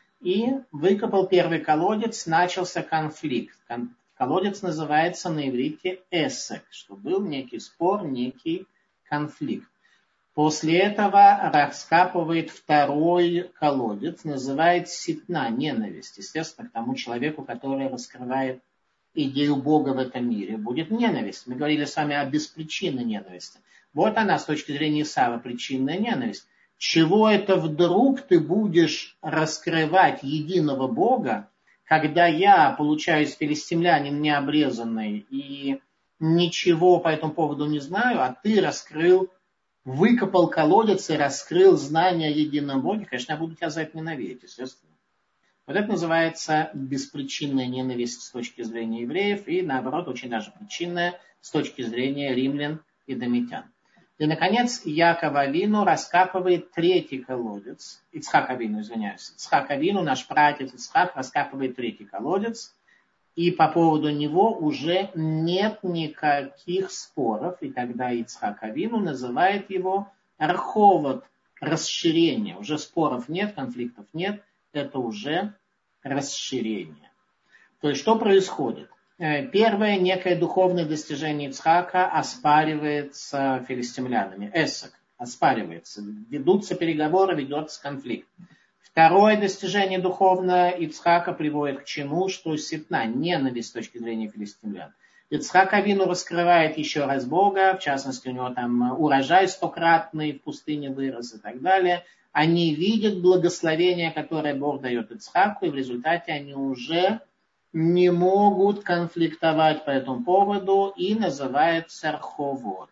И выкопал первый колодец, начался конфликт. Колодец называется на иврите эсек, что был некий спор, некий конфликт. После этого раскапывает второй колодец, называет ситна, ненависть. Естественно, к тому человеку, который раскрывает идею Бога в этом мире, будет ненависть. Мы говорили с вами о беспричинной ненависти. Вот она, с точки зрения Исава, причинная ненависть. Чего это вдруг ты будешь раскрывать единого Бога, когда я получаюсь филистимлянин необрезанный и ничего по этому поводу не знаю, а ты раскрыл, выкопал колодец и раскрыл знания о едином Боге, конечно, я буду тебя за это ненавидеть, естественно. Вот это называется беспричинная ненависть с точки зрения евреев и, наоборот, очень даже причинная с точки зрения римлян и домитян. И, наконец, Яков Авину раскапывает третий колодец. Ицхак Авину, извиняюсь. Ицхак Авину, наш прадед Ицхак, раскапывает третий колодец. И по поводу него уже нет никаких споров. И тогда Ицхак Авину называет его Рховод, расширение. Уже споров нет, конфликтов нет. Это уже расширение. То есть, что происходит? Первое, некое духовное достижение Ицхака оспаривается филистимлянами. Эсек оспаривается. Ведутся переговоры, ведется конфликт. Второе достижение духовное Ицхака приводит к чему? Что ситна, ненависть с точки зрения филистимлян. Ицхак Авину раскрывает еще раз Бога, в частности, у него там урожай стократный в пустыне вырос и так далее. Они видят благословение, которое Бог дает Ицхаку, и в результате они уже не могут конфликтовать по этому поводу и называются рховод.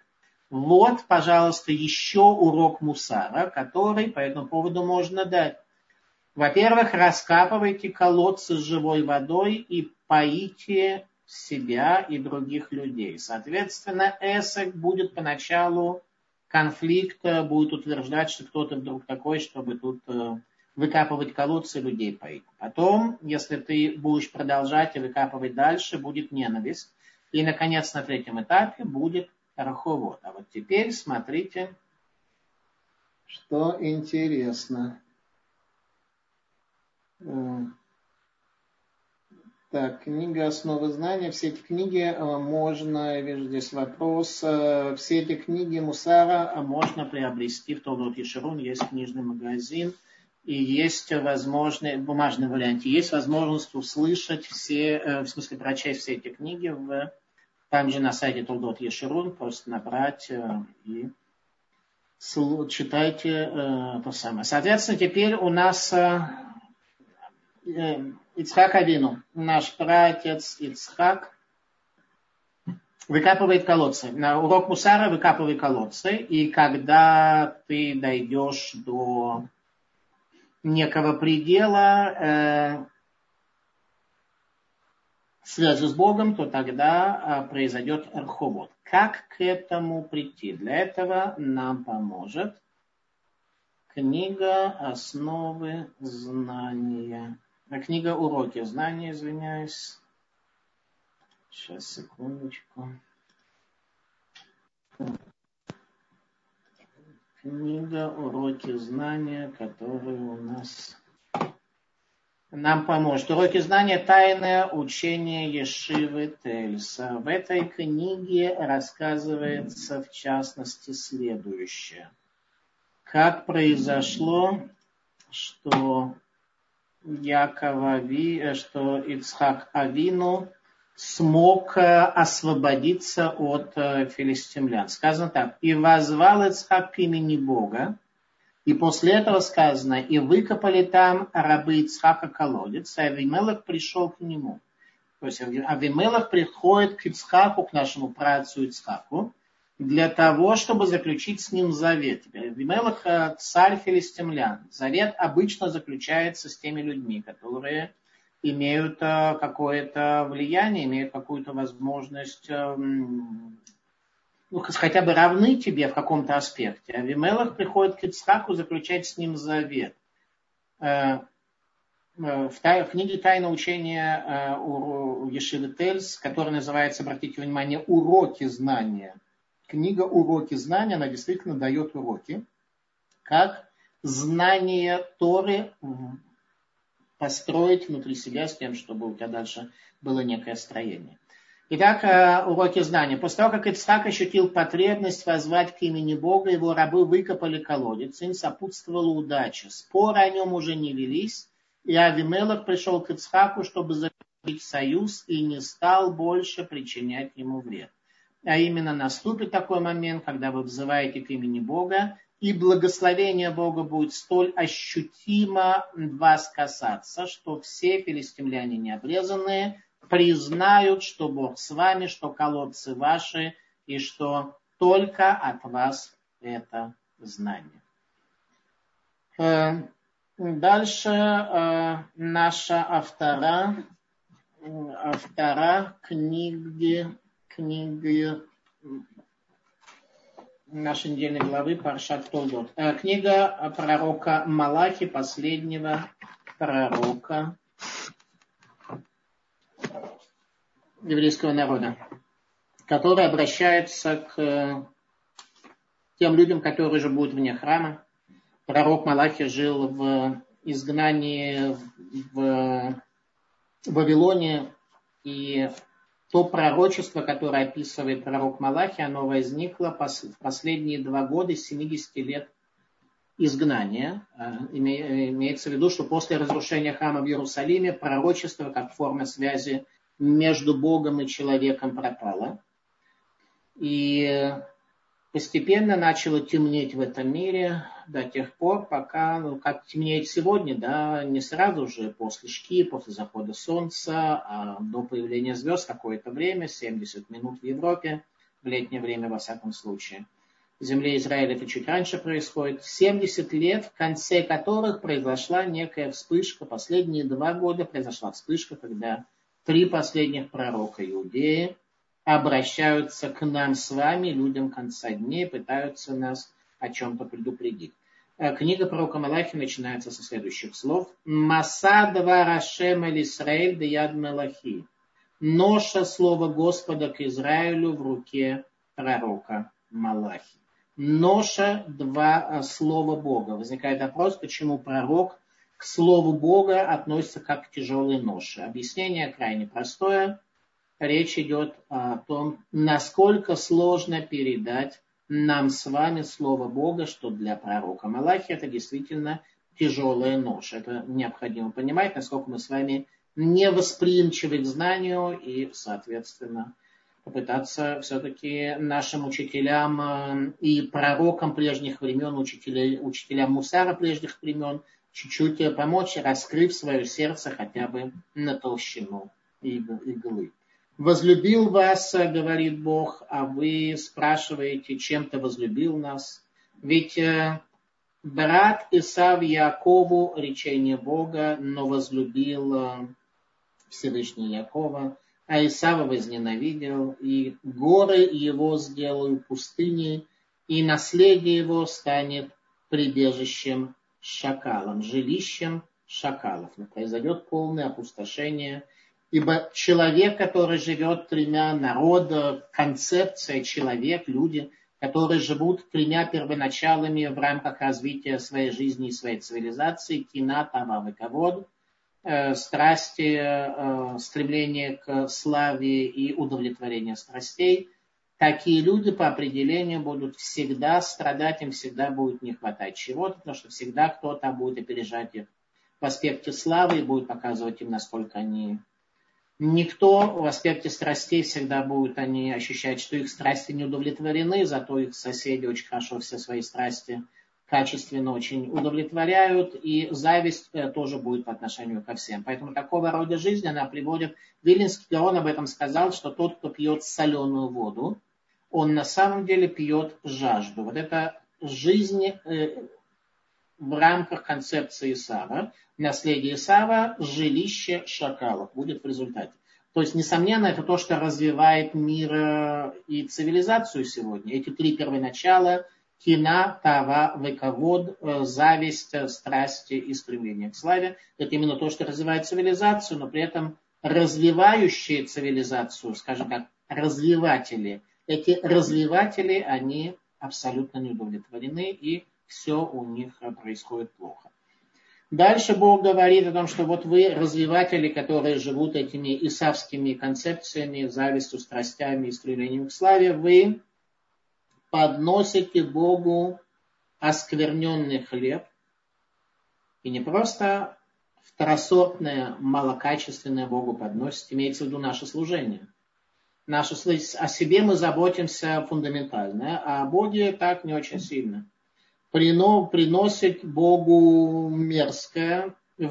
Вот, пожалуйста, еще урок мусара, который по этому поводу можно дать. Во-первых, раскапывайте колодцы с живой водой и поите себя и других людей. Соответственно, эсэк будет поначалу конфликт, будет утверждать, что кто-то вдруг такой, чтобы тут выкапывать колодцы и людей поить. Потом, если ты будешь продолжать и выкапывать дальше, будет ненависть. И, наконец, на третьем этапе будет раховод. А вот теперь смотрите, что интересно. Так, книга «Основы знания». Все эти книги можно, я вижу здесь вопрос, все эти книги Мусара можно приобрести в Толдот Ешерун, есть книжный магазин, и есть возможность, в бумажном варианте, есть возможность услышать все, в смысле прочесть все эти книги в, там же на сайте Толдот Ешерун, просто набрать и читайте то самое. Соответственно, теперь у нас Ицхак Авину, наш праотец Ицхак, выкапывает колодцы. На урок мусара выкапывай колодцы. И когда ты дойдешь до некого предела э, связи с Богом, то тогда э, произойдет рховод. Как к этому прийти? Для этого нам поможет книга «Основы знания». Книга «Уроки знания», извиняюсь. Сейчас, секундочку. Книга «Уроки знания», которая у нас нам поможет. «Уроки знания. Тайное учение Ешивы Тельса». В этой книге рассказывается, в частности, следующее. Как произошло, что Яков Ави, что Ицхак Авину смог освободиться от филистимлян. Сказано так: и возвал Ицхак к имени Бога, и после этого сказано: и выкопали там рабы Ицхака колодец, и Авимелech пришел к нему. То есть Авимелech приходит к Ицхаку, к нашему праотцу Ицхаку, для того, чтобы заключить с ним завет. Авимелech — царь филистимлян. Завет обычно заключается с теми людьми, которые имеют какое-то влияние, имеют какую-то возможность, ну, хотя бы равны тебе в каком-то аспекте. Авимелech приходит к Ицхаку заключать с ним завет. В книге «Тайное учение» у Ешивы Тельс, которая называется, обратите внимание, «Уроки знания». Книга «Уроки знания», она действительно дает уроки, как знание Торы построить внутри себя с тем, чтобы у тебя дальше было некое строение. Итак, уроки знания. После того, как Ицхак ощутил потребность воззвать к имени Бога, его рабы выкопали колодец, им сопутствовала удача. Споры о нем уже не велись, и Авимелech пришел к Ицхаку, чтобы заключить союз, и не стал больше причинять ему вред. А именно наступит такой момент, когда вы взываете к имени Бога, и благословение Бога будет столь ощутимо вас касаться, что все филистимляне необрезанные признают, что Бог с вами, что колодцы ваши, и что только от вас это знание. Дальше наша автора, автора книги, книги нашей недельной главы Паршат Толдот. Книга пророка Малахи, последнего пророка еврейского народа, который обращается к тем людям, которые живут вне храма. Пророк Малахи жил в изгнании в Вавилоне, и то пророчество, которое описывает пророк Малахи, оно возникло в последние два года, семьдесят лет изгнания. Имеется в виду, что после разрушения храма в Иерусалиме пророчество как форма связи между Богом и человеком пропало. И постепенно начало темнеть в этом мире до тех пор, пока, ну, как темнеет сегодня, да, не сразу же после шки, после захода солнца, а до появления звезд какое-то время, семьдесят минут в Европе, в летнее время во всяком случае. В земле Израиля это чуть раньше происходит. семьдесят лет, в конце которых произошла некая вспышка. Последние два года произошла вспышка, когда три последних пророка Иудеи обращаются к нам с вами, людям конца дней, пытаются нас о чем-то предупредить. Книга пророка Малахи начинается со следующих слов. «Маса два Рашем эль Исраэль бияд Мелахи». Ноша слова Господа к Израилю в руке пророка Малахи. Ноша два слова Бога. Возникает вопрос, почему пророк к слову Бога относится как к тяжелой ноше. Объяснение крайне простое. Речь идет о том, насколько сложно передать нам с вами слово Бога, что для пророка Малахи это действительно тяжелая ноша. Это необходимо понимать, насколько мы с вами невосприимчивы к знанию и, соответственно, попытаться все-таки нашим учителям и пророкам прежних времен, учителям, учителям мусара прежних времен, чуть-чуть помочь, раскрыв свое сердце хотя бы на толщину иглы. «Возлюбил вас, говорит Бог, а вы спрашиваете, чем ты возлюбил нас? Ведь брат Исав Якову речение Бога, но возлюбил Всевышний Якова, а Исава возненавидел, и горы его сделаю пустыней, и наследие его станет прибежищем шакалом, жилищем шакалов». Но произойдет полное опустошение. Ибо человек, который живет тремя народа, концепция человек, люди, которые живут тремя первоначалами в рамках развития своей жизни и своей цивилизации, кина, тава и кавод, э, страсти, э, стремление к славе и удовлетворение страстей, такие люди по определению будут всегда страдать, им всегда будет не хватать чего-то, потому что всегда кто-то будет опережать их в аспекте славы и будет показывать им, насколько они... Никто в аспекте страстей всегда будет они ощущать, что их страсти не удовлетворены, зато их соседи очень хорошо все свои страсти качественно очень удовлетворяют, и зависть тоже будет по отношению ко всем. Поэтому такого рода жизнь, она приводит... Вилинский Гаон об этом сказал, что тот, кто пьет соленую воду, он на самом деле пьет жажду. Вот это жизнь в рамках концепции Исава, наследие Исава, жилище шакалов будет в результате. То есть, несомненно, это то, что развивает мир и цивилизацию сегодня. Эти три первоначала – кина, тава, вековод, зависть, страсти и стремление к славе – это именно то, что развивает цивилизацию, но при этом развивающие цивилизацию, скажем так, развиватели, эти развиватели, они абсолютно не удовлетворены, и все у них происходит плохо. Дальше Бог говорит о том, что вот вы, развиватели, которые живут этими исавскими концепциями, завистью, страстями и стремлением к славе, вы подносите Богу оскверненный хлеб. И не просто второсортное, малокачественное Богу подносите, имеется в виду наше служение. Наше, о себе мы заботимся фундаментально, а о Боге так не очень сильно. Приносит Богу мерзкое, и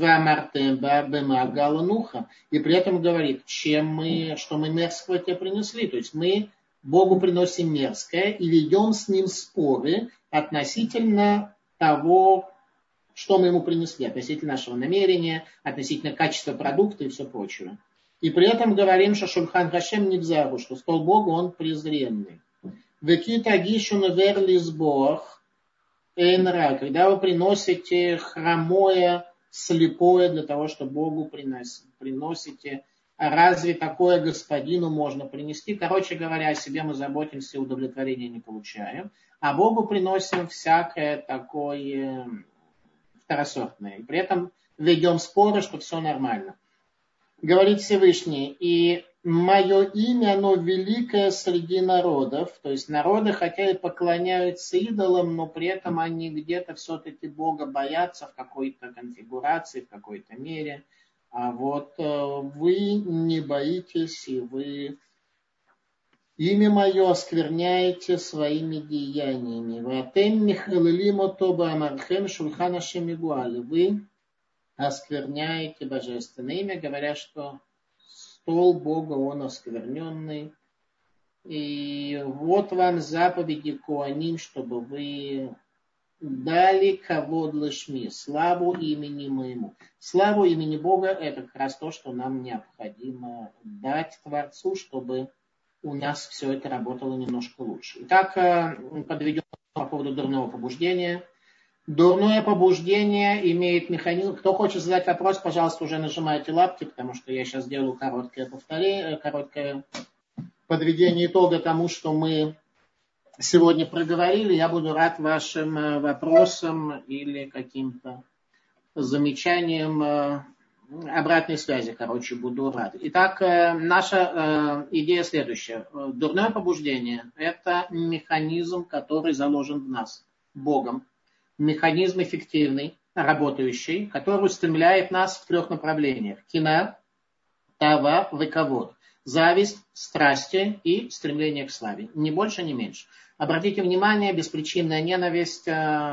при этом говорит, чем мы, что мы мерзкого тебе принесли. То есть мы Богу приносим мерзкое и ведем с ним споры относительно того, что мы ему принесли, относительно нашего намерения, относительно качества продукта и все прочее. И при этом говорим, что Шульхан Хашем Нигзару, что стол Бога, он презренный. Векита гишун верлис Бог. Эйнра, когда вы приносите хромое, слепое для того, чтобы Богу приносить, приносите, а разве такое господину можно принести? Короче говоря, о себе мы заботимся и удовлетворения не получаем, а Богу приносим всякое такое второсортное. И при этом ведем споры, что все нормально. Говорит Всевышний, и мое имя, оно великое среди народов. То есть народы хотя и поклоняются идолам, но при этом они где-то все-таки Бога боятся в какой-то конфигурации, в какой-то мере. А вот вы не боитесь, и вы имя мое оскверняете своими деяниями. Вы оскверняете божественное имя, говоря, что стол Бога, он оскверненный. И вот вам заповеди Коаним, чтобы вы дали кавод лишми, славу имени моему. Славу имени Бога — это как раз то, что нам необходимо дать Творцу, чтобы у нас все это работало немножко лучше. Итак, подведем по поводу дурного побуждения. Дурное побуждение имеет механизм. Кто хочет задать вопрос, пожалуйста, уже нажимайте лапки, потому что я сейчас делаю короткое повторение, короткое подведение итога тому, что мы сегодня проговорили. Я буду рад вашим вопросам или каким-то замечаниям, обратной связи, короче, буду рад. Итак, наша идея следующая. Дурное побуждение — это механизм, который заложен в нас Богом. Механизм эффективный, работающий, который устремляет нас в трех направлениях. Кина, тава, вековод. Зависть, страсти и стремление к славе. Ни больше, ни меньше. Обратите внимание, беспричинная ненависть,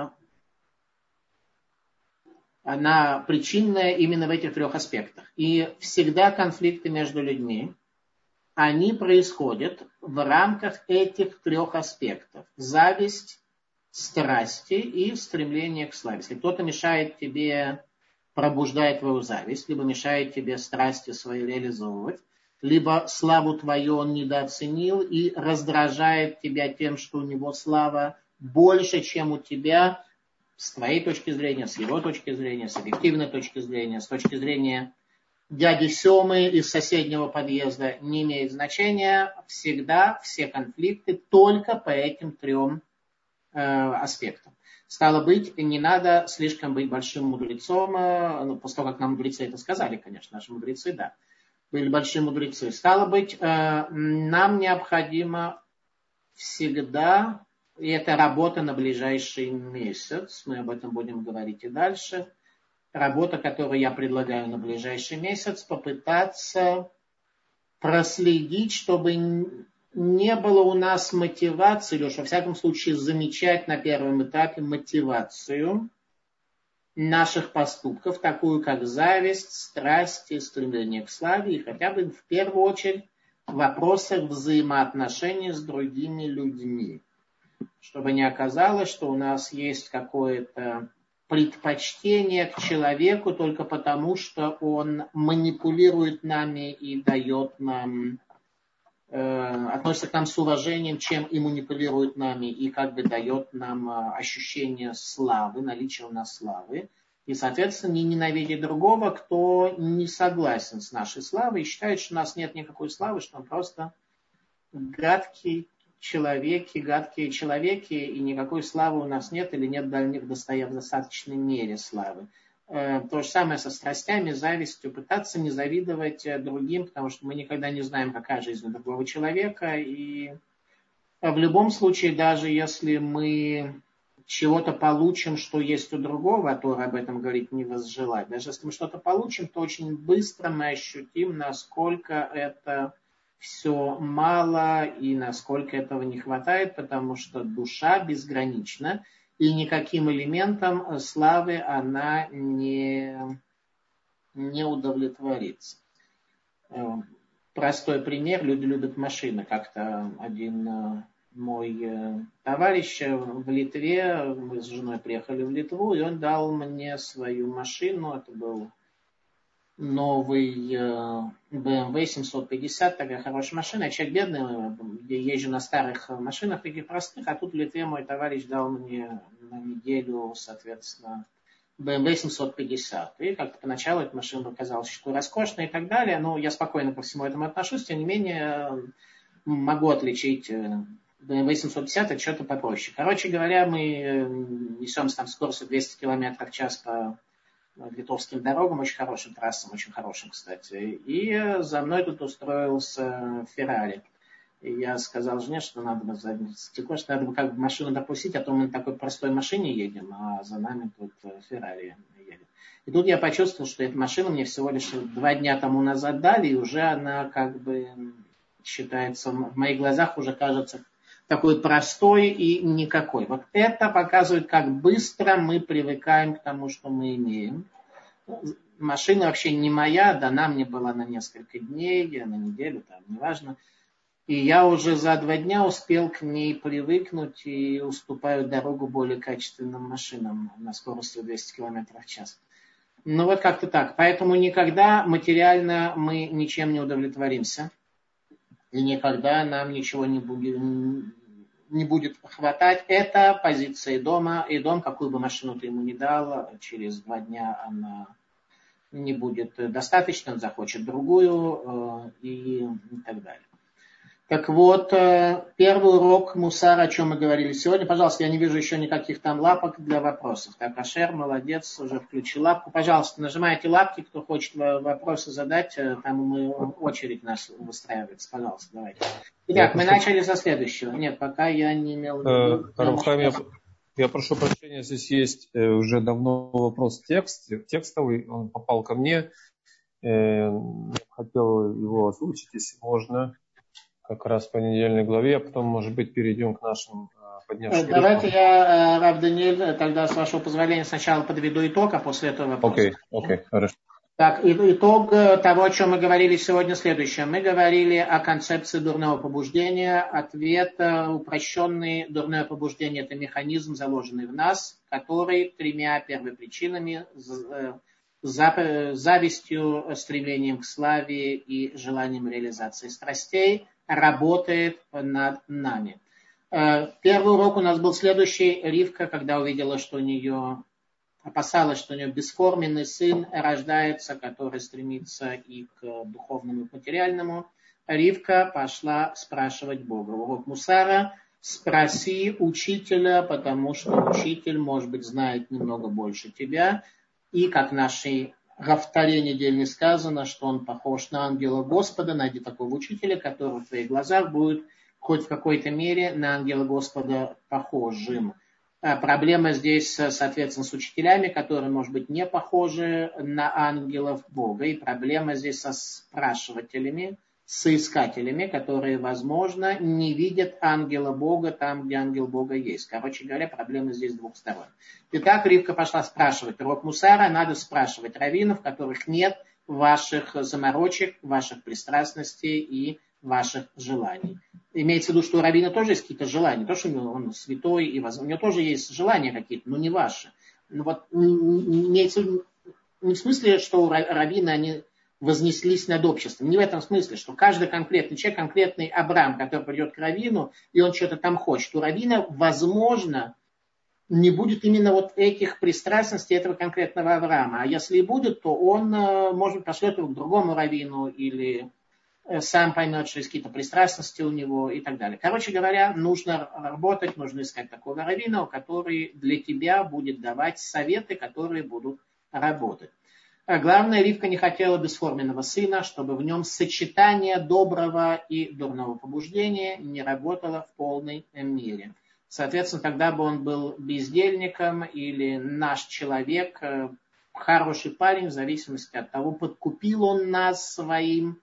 она причинная именно в этих трех аспектах. И всегда конфликты между людьми, они происходят в рамках этих трех аспектов. Зависть, страсти и стремление к славе. Если кто-то мешает тебе, пробуждает твою зависть, либо мешает тебе страсти свои реализовывать, либо славу твою он недооценил и раздражает тебя тем, что у него слава больше, чем у тебя, с твоей точки зрения, с его точки зрения, с объективной точки зрения, с точки зрения дяди Семы из соседнего подъезда, не имеет значения. Всегда все конфликты только по этим трем э, аспектам. Стало быть, не надо слишком быть большим мудрецом, э, ну, после того, как нам мудрецы это сказали, конечно, наши мудрецы, да, были большие мудрецы. Стало быть, э, нам необходимо всегда, и это работа на ближайший месяц, мы об этом будем говорить и дальше, работа, которую я предлагаю на ближайший месяц, попытаться проследить, чтобы не было у нас мотивации, или уж во всяком случае замечать на первом этапе мотивацию наших поступков, такую как зависть, страсть, стремление к славе, и хотя бы в первую очередь в вопросах взаимоотношений с другими людьми. Чтобы не оказалось, что у нас есть какое-то предпочтение к человеку только потому, что он манипулирует нами и дает нам, э, относится к нам с уважением, чем и манипулирует нами, и как бы дает нам ощущение славы, наличие у нас славы. И, соответственно, не ненавидит другого, кто не согласен с нашей славой и считает, что у нас нет никакой славы, что он просто гадкий человеки, гадкие человеки, и никакой славы у нас нет, или нет в достаточной мере славы. То же самое со страстями, завистью, пытаться не завидовать другим, потому что мы никогда не знаем, какая жизнь у другого человека, и в любом случае, даже если мы чего-то получим, что есть у другого, а Тора об этом говорит, не возжелать, даже если мы что-то получим, то очень быстро мы ощутим, насколько это все мало и насколько этого не хватает, потому что душа безгранична, и никаким элементом славы она не, не удовлетворится. Простой пример. Люди любят машины. Как-то один мой товарищ в Литве, мы с женой приехали в Литву, и он дал мне свою машину. Это был новый бэ эм вэ семьсот пятьдесят, такая хорошая машина. Я человек бедный, я езжу на старых машинах, таких простых, а тут в Литве мой товарищ дал мне на неделю, соответственно, бэ эм вэ семьсот пятьдесят. И как-то поначалу эта машина показалась такой роскошной и так далее, но я спокойно ко всему этому отношусь, тем не менее могу отличить бэ эм вэ семьсот пятьдесят от чего-то попроще. Короче говоря, мы несемся там скоростью двести километров в час по литовским дорогам, очень хорошим трассам, очень хорошим, кстати. И за мной тут устроился Феррари. И я сказал жене, что надо бы за стекло, что надо бы как бы машину допустить, а то мы на такой простой машине едем, а за нами тут Феррари едет. И тут я почувствовал, что эта машина мне всего лишь два дня тому назад дали, и уже она как бы считается, в моих глазах уже кажется такой простой и никакой. Вот это показывает, как быстро мы привыкаем к тому, что мы имеем. Машина вообще не моя, дана мне была на несколько дней, на неделю, там, неважно. И я уже за два дня успел к ней привыкнуть и уступаю дорогу более качественным машинам на скорости двести километров в час. Ну вот как-то так. Поэтому никогда материально мы ничем не удовлетворимся. И никогда нам ничего не будет, не будет хватать. Это позиция дома. И дом, какую бы машину ты ему ни дал, через два дня она не будет достаточно, он захочет другую и, и так далее. Так вот, первый урок мусара, о чем мы говорили сегодня. Пожалуйста, я не вижу еще никаких там лапок для вопросов. Так, Ашер, молодец, уже включил лапку. Пожалуйста, нажимайте лапки, кто хочет вопросы задать. Там мы очередь нас выстраивается. Пожалуйста, давайте. Итак, я мы прошу... начали со следующего. Нет, пока я не имел в виду. Равхайм, я, я прошу прощения, здесь есть уже давно вопрос текст, текстовый, он попал ко мне. Я хотел его озвучить, если можно. Как раз в понедельной главе, а потом, может быть, перейдем к нашим поднявшим. Давайте руку. Я, Рав Даниэль, тогда, с вашего позволения, сначала подведу итог, а после этого вопрос. Окей, okay, окей, okay, хорошо. Так, итог того, о чем мы говорили сегодня, следующее. Мы говорили о концепции дурного побуждения. Ответ упрощенный. Дурное побуждение – это механизм, заложенный в нас, который тремя первопричинами – завистью, стремлением к славе и желанием реализации страстей – работает над нами. Первый урок у нас был следующий. Ривка, когда увидела, что у нее, опасалась, что у нее бесформенный сын рождается, который стремится и к духовному, и к материальному, Ривка пошла спрашивать Бога. Урок мусара: спроси учителя, потому что учитель, может быть, знает немного больше тебя. И, как в нашей Рафтаре недельной сказано, что он похож на ангела Господа. Найди такого учителя, который в твоих глазах будет хоть в какой-то мере на ангела Господа похожим. А проблема здесь, соответственно, с учителями, которые, может быть, не похожи на ангелов Бога. И проблема здесь со спрашивателями, соискателями, которые, возможно, не видят ангела Бога там, где ангел Бога есть. Короче говоря, проблема здесь с двух сторон. Итак, Ривка пошла спрашивать. Урок мусара: надо спрашивать раввинов, в которых нет ваших заморочек, ваших пристрастностей и ваших желаний. Имеется в виду, что у раввина тоже есть какие-то желания. То, что он святой, и у него тоже есть желания какие-то, но не ваши. Ну, вот, имеется в виду, не в смысле, что у раввина они вознеслись над обществом. Не в этом смысле, что каждый конкретный человек, конкретный Абрам, который придет к раввину, и он что-то там хочет. У раввина, возможно, не будет именно вот этих пристрастностей этого конкретного Авраама. А если и будет, то он, может, пошлет его к другому раввину или сам поймет, что есть какие-то пристрастности у него и так далее. Короче говоря, нужно работать, нужно искать такого раввина, который для тебя будет давать советы, которые будут работать. А главное, Ривка не хотела бесформенного сына, чтобы в нем сочетание доброго и дурного побуждения не работало в полной мере. Соответственно, тогда бы он был бездельником или наш человек, хороший парень, в зависимости от того, подкупил он нас своим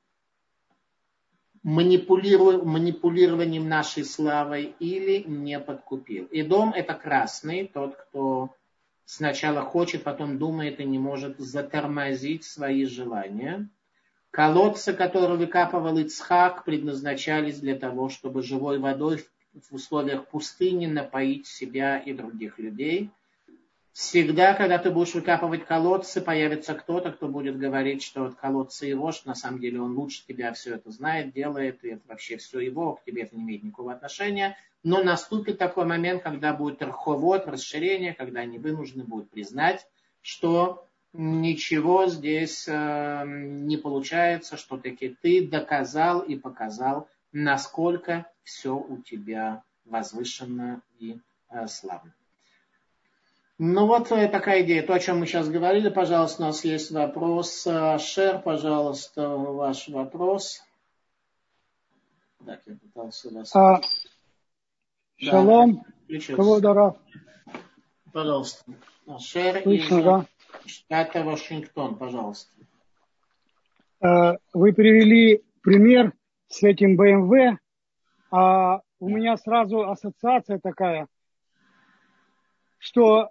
манипулированием нашей славой или не подкупил. Идом — это красный, тот, кто сначала хочет, потом думает и не может затормозить свои желания. Колодцы, которые выкапывал Ицхак, предназначались для того, чтобы живой водой в условиях пустыни напоить себя и других людей. Всегда, когда ты будешь выкапывать колодцы, появится кто-то, кто будет говорить, что вот колодцы его, что на самом деле он лучше тебя все это знает, делает, и это вообще все его, к тебе это не имеет никакого отношения. Но наступит такой момент, когда будет рховод, расширение, когда они вынуждены будут признать, что ничего здесь э, не получается, что таки ты доказал и показал, насколько все у тебя возвышенно и э, славно. Ну вот такая идея, то, о чем мы сейчас говорили. Пожалуйста, у нас есть вопрос. Шер, пожалуйста, ваш вопрос. Так, я пытался вас... А, шалом, Каводарав. Пожалуйста. Шер из да? штата Вашингтон, пожалуйста. А, вы привели пример с этим бэ эм вэ, а у меня сразу ассоциация такая, что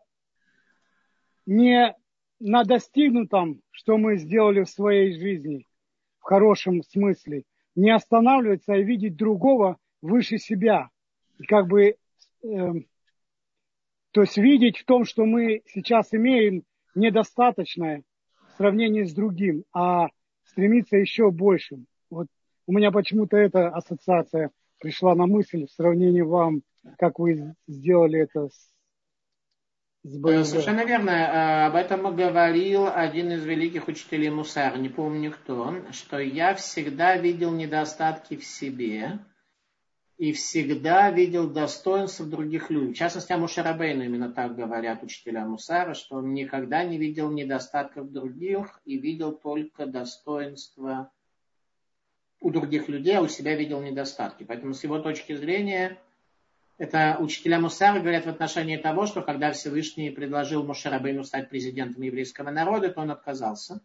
не на достигнутом, что мы сделали в своей жизни, в хорошем смысле, не останавливаться, а видеть другого выше себя. И как бы, э, то есть видеть в том, что мы сейчас имеем, недостаточное в сравнении с другим, а стремиться еще большим. Вот у меня почему-то эта ассоциация пришла на мысль в сравнении вам, как вы сделали это с, с БМВ. Совершенно верно. Об этом говорил один из великих учителей Мусара, не помню кто, что я всегда видел недостатки в себе и всегда видел достоинства в других людях. В частности, о Моше Рабейну именно так говорят учителя Мусара, что он никогда не видел недостатков других и видел только достоинства у других людей, а у себя видел недостатки. Поэтому с его точки зрения, это учителя Мусара говорят в отношении того, что когда Всевышний предложил Моше Рабейну стать президентом еврейского народа, то он отказался.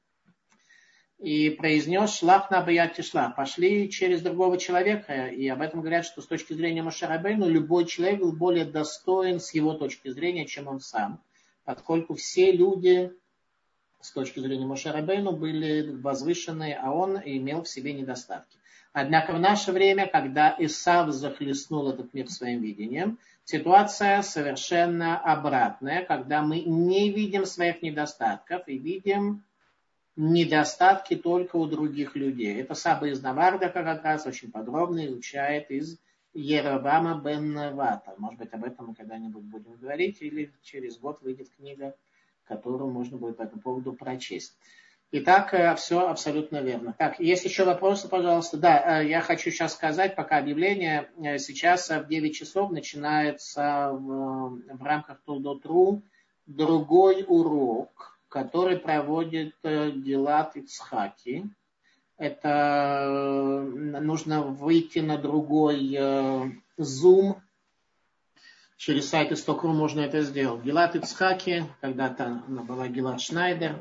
И произнес «Шлах на баяти шлах», пошли через другого человека. И об этом говорят, что с точки зрения Моше Рабейну любой человек был более достоин с его точки зрения, чем он сам. Поскольку все люди с точки зрения Моше Рабейну были возвышенные, а он имел в себе недостатки. Однако в наше время, когда Исав захлестнул этот мир своим видением, ситуация совершенно обратная, когда мы не видим своих недостатков и видим недостатки только у других людей. Это Саба из Наварда как раз очень подробно изучает из Еровама бен Невата. Может быть, об этом мы когда-нибудь будем говорить, или через год выйдет книга, которую можно будет по этому поводу прочесть. Итак, все абсолютно верно. Так, есть еще вопросы, пожалуйста? Да, я хочу сейчас сказать, пока объявление. Сейчас в девять часов начинается в, в рамках Толдот.ру другой урок, который проводит Гилат Ицхаки. Это нужно выйти на другой Zoom. Через сайт Исток.ру можно это сделать. Гилат Ицхаки, когда-то она была Гилат Шнайдер,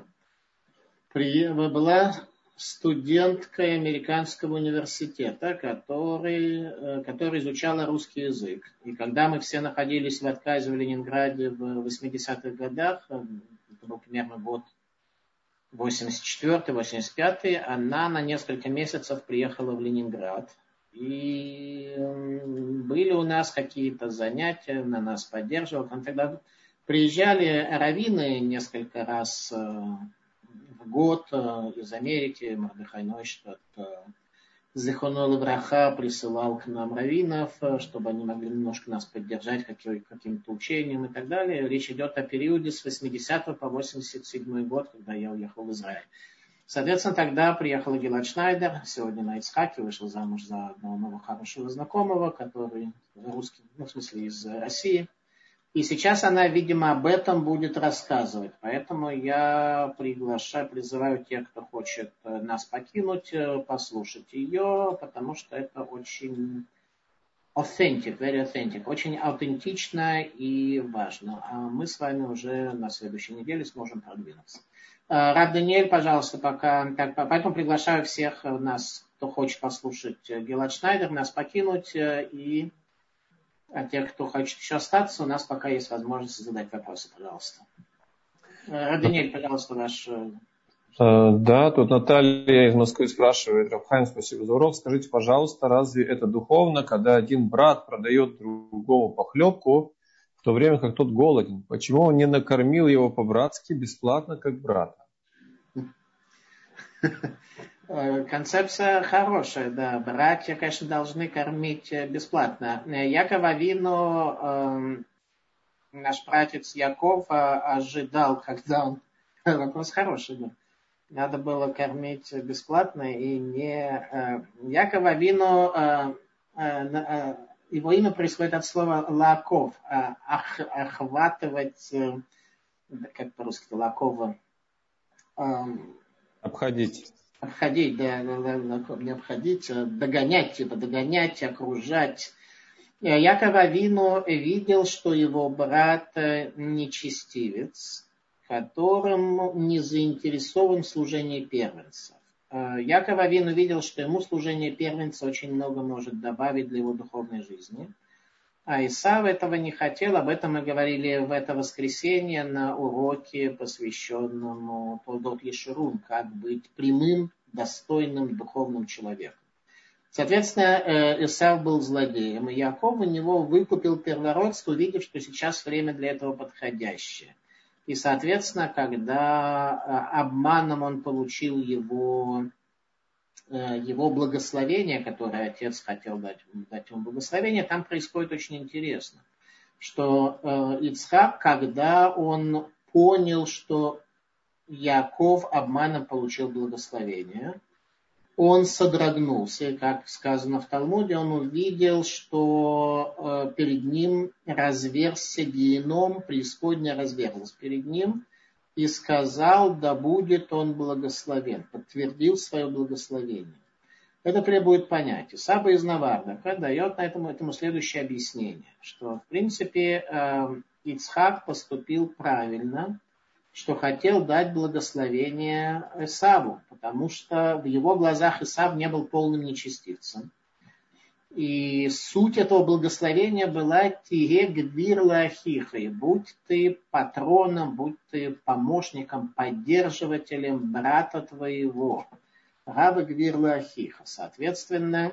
была студенткой американского университета, который, который изучала русский язык. И когда мы все находились в отказе в Ленинграде в восьмидесятых годах, это был примерно год восемьдесят четвёртый восемьдесят пятый, она на несколько месяцев приехала в Ленинград. И были у нас какие-то занятия, на нас поддерживал. Там тогда приезжали раввины несколько раз в год из Америки. Мордехай Нойштадт, Зихоно левраха, присылал к нам раввинов, чтобы они могли немножко нас поддержать каким-то учением и так далее. Речь идет о периоде с восьмидесятого по восемьдесят седьмой год, когда я уехал в Израиль. Соответственно, тогда приехала Гилат Шнайдер, сегодня на Ицхаке, вышел замуж за одного моего хорошего знакомого, который русский, ну, в смысле, из России. И сейчас она, видимо, об этом будет рассказывать. Поэтому я приглашаю, призываю тех, кто хочет нас покинуть, послушать ее, потому что это очень authentic, very authentic, очень аутентично и важно. А мы с вами уже на следующей неделе сможем продвинуться. Рав Даниэль, пожалуйста, пока. Так, поэтому приглашаю всех нас, кто хочет послушать Гилат Шнайдер, нас покинуть. И а тех, кто хочет еще остаться, у нас пока есть возможность задать вопросы, пожалуйста. Рав Даниэль, пожалуйста, ваш... Да, тут Наталья из Москвы спрашивает. Рав Хаим, спасибо за урок. Скажите, пожалуйста, разве это духовно, когда один брат продает другому похлебку, в то время как тот голоден? Почему он не накормил его по-братски бесплатно, как брата? Концепция хорошая, да. Братья, конечно, должны кормить бесплатно. Яков Авину, э, наш братец Яков, э, ожидал, когда он... Вопрос хороший, да. Надо было кормить бесплатно и не... Э, Яков Авину... Э, э, э, его имя происходит от слова лаков, ох, охватывать, как по-русски, лакова. Обходить. Обходить, да, не обходить, догонять, типа догонять, окружать. Яков Авину видел, что его брат нечестивец, которым не заинтересован в служении первенцев. Яков Авину видел, что ему служение первенца очень много может добавить для его духовной жизни. А Исав этого не хотел. Об этом мы говорили в это воскресенье на уроке, посвященному Толдот Ешурун, как быть прямым, достойным духовным человеком. Соответственно, Исав был злодеем, и Яков у него выкупил первородство, увидев, что сейчас время для этого подходящее. И, соответственно, когда обманом он получил его, его благословение, которое отец хотел дать, дать ему благословение, там происходит очень интересно, что Ицхак, когда он понял, что Яков обманом получил благословение, он содрогнулся, и, как сказано в Талмуде, он увидел, что э, перед ним разверзся геном, преисподняя разверзлась перед ним, и сказал, да будет он благословен, подтвердил свое благословение. Это требует понятия. Саба из Навардака дает на этому, этому следующее объяснение, что, в принципе, э, Ицхак поступил правильно, что хотел дать благословение Исаву, потому что в его глазах Исав не был полным нечестивцем. И суть этого благословения была «Тиге гдвир лахихай», будь ты патроном, будь ты помощником, поддерживателем брата твоего. Рава гдвир лахиха. Соответственно,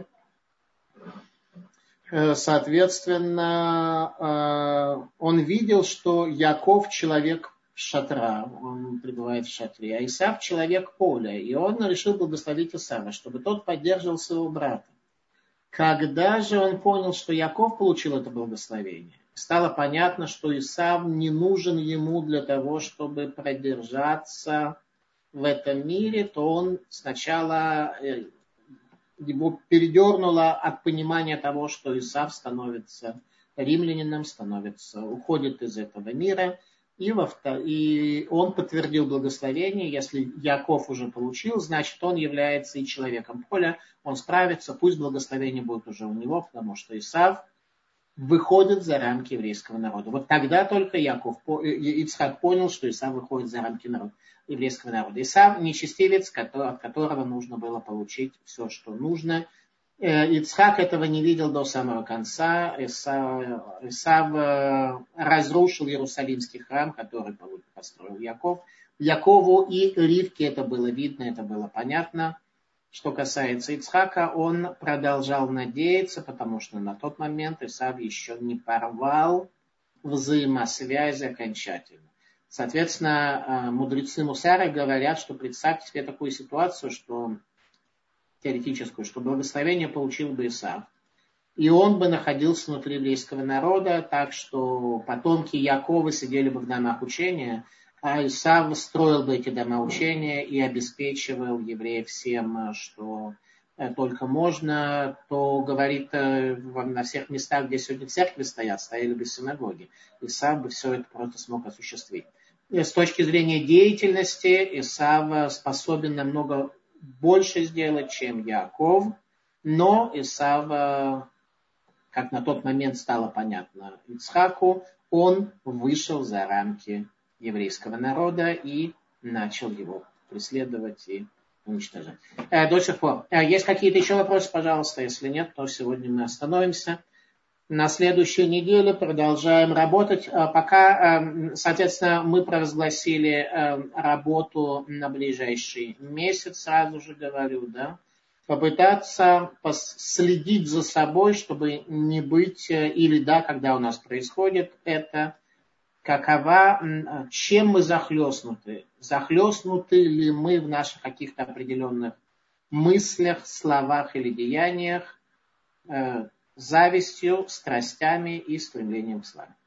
соответственно, он видел, что Яков человек шатра, он пребывает в шатре, а Исав человек поля, и он решил благословить Исава, чтобы тот поддерживал своего брата. Когда же он понял, что Яков получил это благословение, стало понятно, что Исав не нужен ему для того, чтобы продержаться в этом мире, то он сначала его передернуло от понимания того, что Исав становится римлянином, становится, уходит из этого мира. И, во, и он подтвердил благословение. Если Яков уже получил, значит, он является и человеком поля. Он справится, пусть благословение будет уже у него, потому что Исав выходит за рамки еврейского народа. Вот тогда только Яков, Ицхак понял, что Исав выходит за рамки народа, еврейского народа. Исав нечестивец, от которого нужно было получить все, что нужно. Ицхак этого не видел до самого конца. Исав, Исав разрушил Иерусалимский храм, который построил Яков. Якову и Ривке это было видно, это было понятно. Что касается Ицхака, он продолжал надеяться, потому что на тот момент Исав еще не порвал взаимосвязь окончательно. Соответственно, мудрецы Мусара говорят, что представьте себе такую ситуацию, что теоретическую, что благословение получил бы Исав. И он бы находился внутри еврейского народа, так что потомки Якова сидели бы в домах учения, а Исав строил бы эти дома учения и обеспечивал евреев всем, что только можно, то, говорит, на всех местах, где сегодня церкви стоят, стояли бы синагоги. Исав бы все это просто смог осуществить. И с точки зрения деятельности Исав способен намного больше сделать, чем Яков, но Исав, как на тот момент стало понятно Ицхаку, он вышел за рамки еврейского народа и начал его преследовать и уничтожать. До сих пор. Есть какие-то еще вопросы, пожалуйста? Если нет, то сегодня мы остановимся. На следующей неделе продолжаем работать. Пока, соответственно, мы провозгласили работу на ближайший месяц, сразу же говорю, да, попытаться следить за собой, чтобы не быть, или да, когда у нас происходит это, какова, чем мы захлестнуты, захлестнуты ли мы в наших каких-то определенных мыслях, словах или деяниях, завистью, страстями и стремлением к славе.